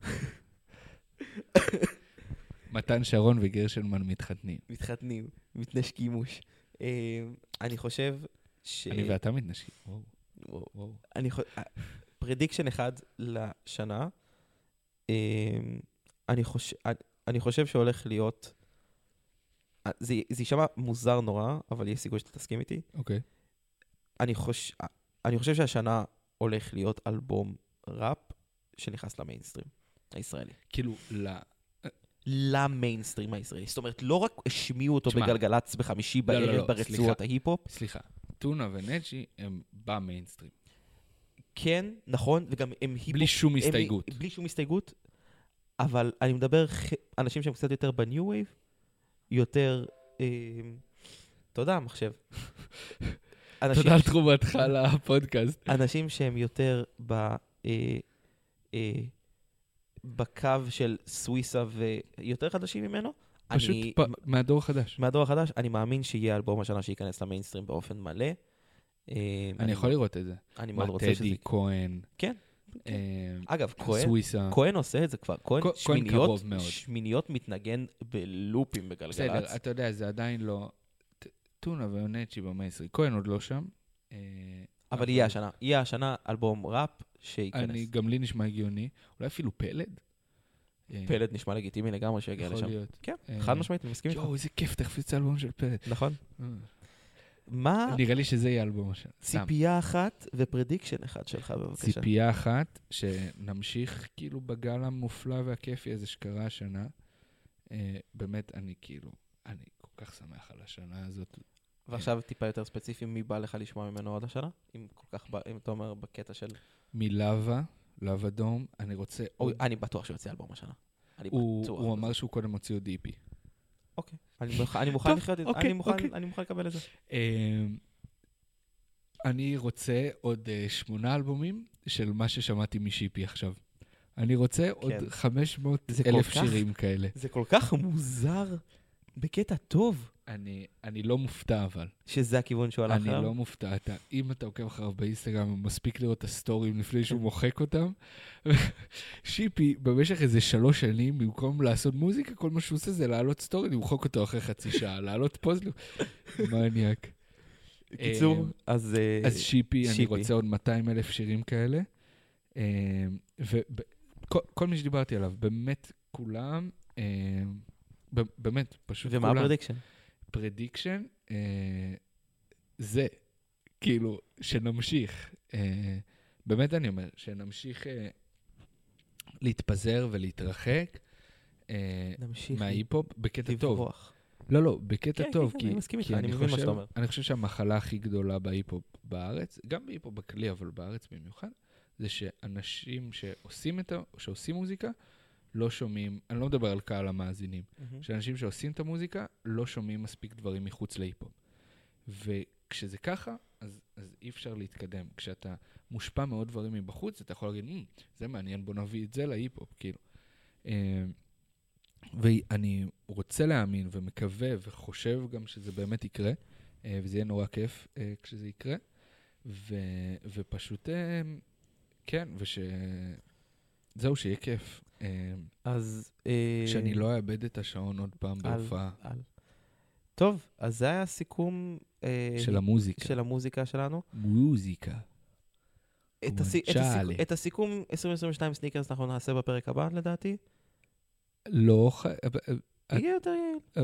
מתן שרון וגרשנמן מתחתנים. מתנשקימוש. אני חושב אני ואתה מתנשקים. וואו. פרדיקשן אחד לשנה, אני חושב שהולך להיות, זה יישמע מוזר נורא, אבל יש סיכוי שאתה תסכים איתי. אוקיי. אני חושב שהשנה הולך להיות אלבום ראפ שנכנס למיינסטרים הישראלי. כאילו, למיינסטרים הישראלי. זאת אומרת, לא רק השמיעו אותו בגלגלץ בחמישי בערב ברצועות ההיפ-הופ. סליחה, טונה ונג'י הם במיינסטרים. כן, נכון, וגם הם היפ-הופ. בלי שום הסתייגות. בלי שום הסתייגות, אבל אני מדבר אנשים שהם קצת יותר בניו וייב, יותר... תודה, מחשב. תודה על תרומתך לפודקאסט. אנשים שהם יותר בקו של סוויסה ויותר חדשים ממנו. פשוט מהדור החדש. מהדור החדש, אני מאמין שיהיה אלבום השנה שייכנס למיינסטרים באופן מלא. אני יכול לראות את זה. אני מאוד רוצה שזה... טדי, כהן. כן. אגב, סוויסה. כהן עושה את זה כבר. כהן שמיניות מתנגן בלופים בגלגלץ. בסדר, אתה יודע, זה עדיין לא... טונה ונג'י במיינסטרים. כהן עוד לא שם. אבל יהיה השנה אלבום ראפ שייכנס. גם לי נשמע הגיוני. אולי אפילו פלד. פלד נשמע לגיטימי לגמרי שיגיע לשם. יכול להיות. כן, חד משמעית, אני מסכים איתך. יואו, איזה כיף, תכף יצא אלבום של פלד. נכון. מה... נראה לי שזה יהיה אלבום השנה. ציפייה אחת ופרדיקשן אחד שלך, בבקשה. ציפייה אחת, שנמשיך כאילו בגל המופלא והכיפי הזה שקרה השנה. באמת, אני כל כך שמח על השנה הזאת. ועכשיו טיפה יותר ספציפי, מי בא לך לשמוע ממנו עוד השנה? אם אתה אומר בקטע של... מלאבה, לאבה דום, אני רוצה... אני בטוח שהוא יוצא אלבום השנה. הוא אמר שהוא קודם הוציא עוד איפי. אוקיי. אני מוכן לחיות את זה. אני מוכן לקבל את זה. אני רוצה עוד 8 אלבומים של מה ששמעתי משיפי עכשיו. אני רוצה עוד 500,000 שירים כאלה. זה כל כך מוזר בקטע טוב. אני לא מופתע, אבל. שזה הכיוון שהוא הלך עליו? אני לא מופתע. אם אתה עוקב אחריו באינסטגרם, מספיק לראות את הסטורים לפני שהוא מוחק אותם. שיפי, במשך איזה 3 שנים, במקום לעשות מוזיקה, כל מה שהוא עושה זה לעלות סטורי, למחוק אותו אחרי חצי שעה, לעלות פוז, מניאק. קיצור, אז שיפי, אני רוצה עוד 200,000 שירים כאלה. וכל מי שדיברתי עליו, באמת כולם, באמת, פשוט כולם. ומה הפרדיקשן? פרדיקשן, זה, כאילו, שנמשיך, באמת אני אומר, שנמשיך להתפזר ולהתרחק מההיפ-הופ בקטע טוב. לא, בקטע טוב, כי אני חושב שהמחלה הכי גדולה בהיפ-הופ בארץ, גם בהיפ-הופ בכלי, אבל בארץ במיוחד, זה שאנשים שעושים מוזיקה, לא שומעים, אני לא מדבר על קהל המאזינים, שאנשים שעושים את המוזיקה לא שומעים מספיק דברים מחוץ להיפ-הופ. וכשזה ככה, אז אי אפשר להתקדם. כשאתה מושפע מאוד דברים מבחוץ, אתה יכול להגיד, זה מעניין, בוא נביא את זה להיפ-הופ, כאילו. ואני רוצה להאמין ומקווה וחושב גם שזה באמת יקרה, וזה יהיה נורא כיף כשזה יקרה, ופשוט, כן, זהו, שיהיה כיף. אז שאני לא אאבד את השעון עוד פעם בהופעה. טוב, אז זה היה הסיכום של המוזיקה. של המוזיקה שלנו. מוזיקה. את הסיכום 2022 סניקרס אנחנו נעשה בפרק הבא, לדעתי. לא יהיה יותר יעיל.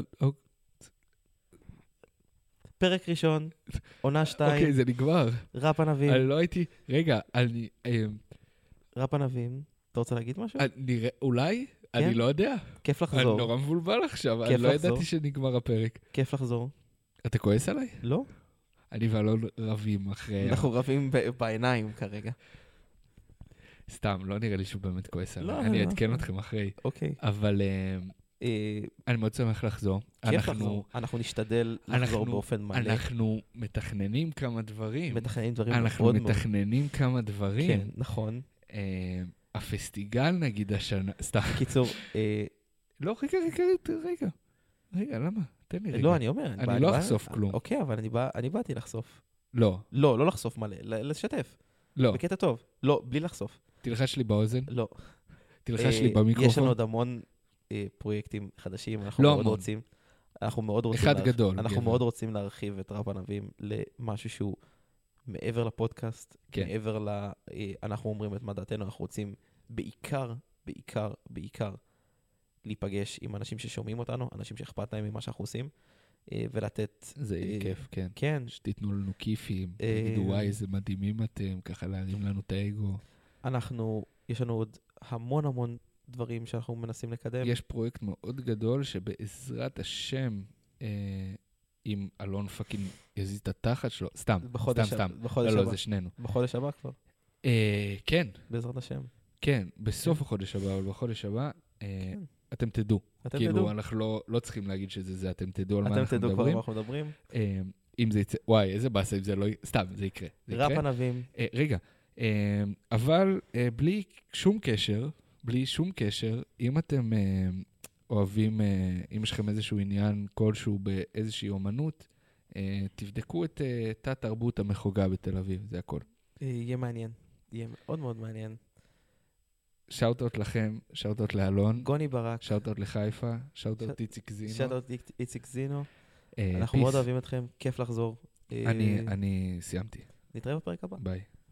פרק ראשון, עונה 2. אוקיי, זה נגמר. ראפ ענבים. אני לא הייתי, רגע, ראפ ענבים. אתה רוצה להגיד משהו? אולי? אני לא יודע. כיף לחזור. אני נורא מבולבל עכשיו, אני לא ידעתי שנגמר הפרק. כיף לחזור. אתה כועס עליי? לא. אני ואלון רבים אחרי... אנחנו רבים בעיניים כרגע. סתם, לא נראה לי שהוא באמת כועס עליי. אני אעדכן אתכם אחרי. אוקיי. אבל אני מאוד שמח לחזור. כיף לחזור. אנחנו נשתדל לחזור באופן מלא. אנחנו מתכננים כמה דברים. אנחנו מתכננים כמה דברים. כן, נכון. הפסטיגל נגיד השנה, סתם. קיצור, לא, רגע, למה? תן לי רגע. לא, אני אומר. אני לא אחשוף כלום. אוקיי, אבל אני באתי לחשוף. לא. לא לחשוף מלא, לשתף. לא. בקטע טוב. לא, בלי לחשוף. תלחש לי באוזן? לא. תלחש לי במיקרופון? יש לנו עוד המון פרויקטים חדשים. לא המון. אחד גדול. אנחנו מאוד רוצים להרחיב את ראפ ענבים למשהו שהוא מעבר לפודקאסט, מעבר אנחנו אומרים את מה דעתנו, אנחנו רוצים בעיקר להיפגש עם אנשים ששומעים אותנו, אנשים שאכפת להם ממה שאנחנו עושים, ולתת... זה יהיה כיף, כן. כן. שתיתנו לנו כיפים, תגידו וואי, איזה מדהימים אתם, ככה להרים לנו את האגו. יש לנו עוד המון דברים שאנחנו מנסים לקדם. יש פרויקט מאוד גדול שבעזרת השם, אם אלון פאקינג יזיז את התחת שלו, סתם. לא, זה שנינו. בחודש הבא כבר. כן. בעזרת השם. כן, בסוף החודש הבא, אבל בחודש הבא, אתם תדעו. כאילו, אנחנו לא צריכים להגיד שזה, אתם תדעו על מה אנחנו מדברים. אתם תדעו כבר על מה אנחנו מדברים. אם זה יצא, וואי, איזה באסה, אם זה לא, סתם, זה יקרה. ראפ ענבים. רגע, אבל בלי שום קשר, אם אתם אוהבים, אם יש לכם איזשהו עניין כלשהו באיזושהי אומנות, תבדקו את תת תרבות המחוגה בתל אביב, זה הכל. יהיה מעניין, יהיה מאוד מאוד מעניין. שאוט-אוט לכם, שאוט-אוט לאלון. גוני ברק. שאוט-אוט לחיפה, שאוט-אוט איציק זינו. שאוט-אוט איציק זינו. אנחנו מאוד אוהבים אתכם, כיף לחזור. אני סיימתי. נתראה בפרק הבא. ביי.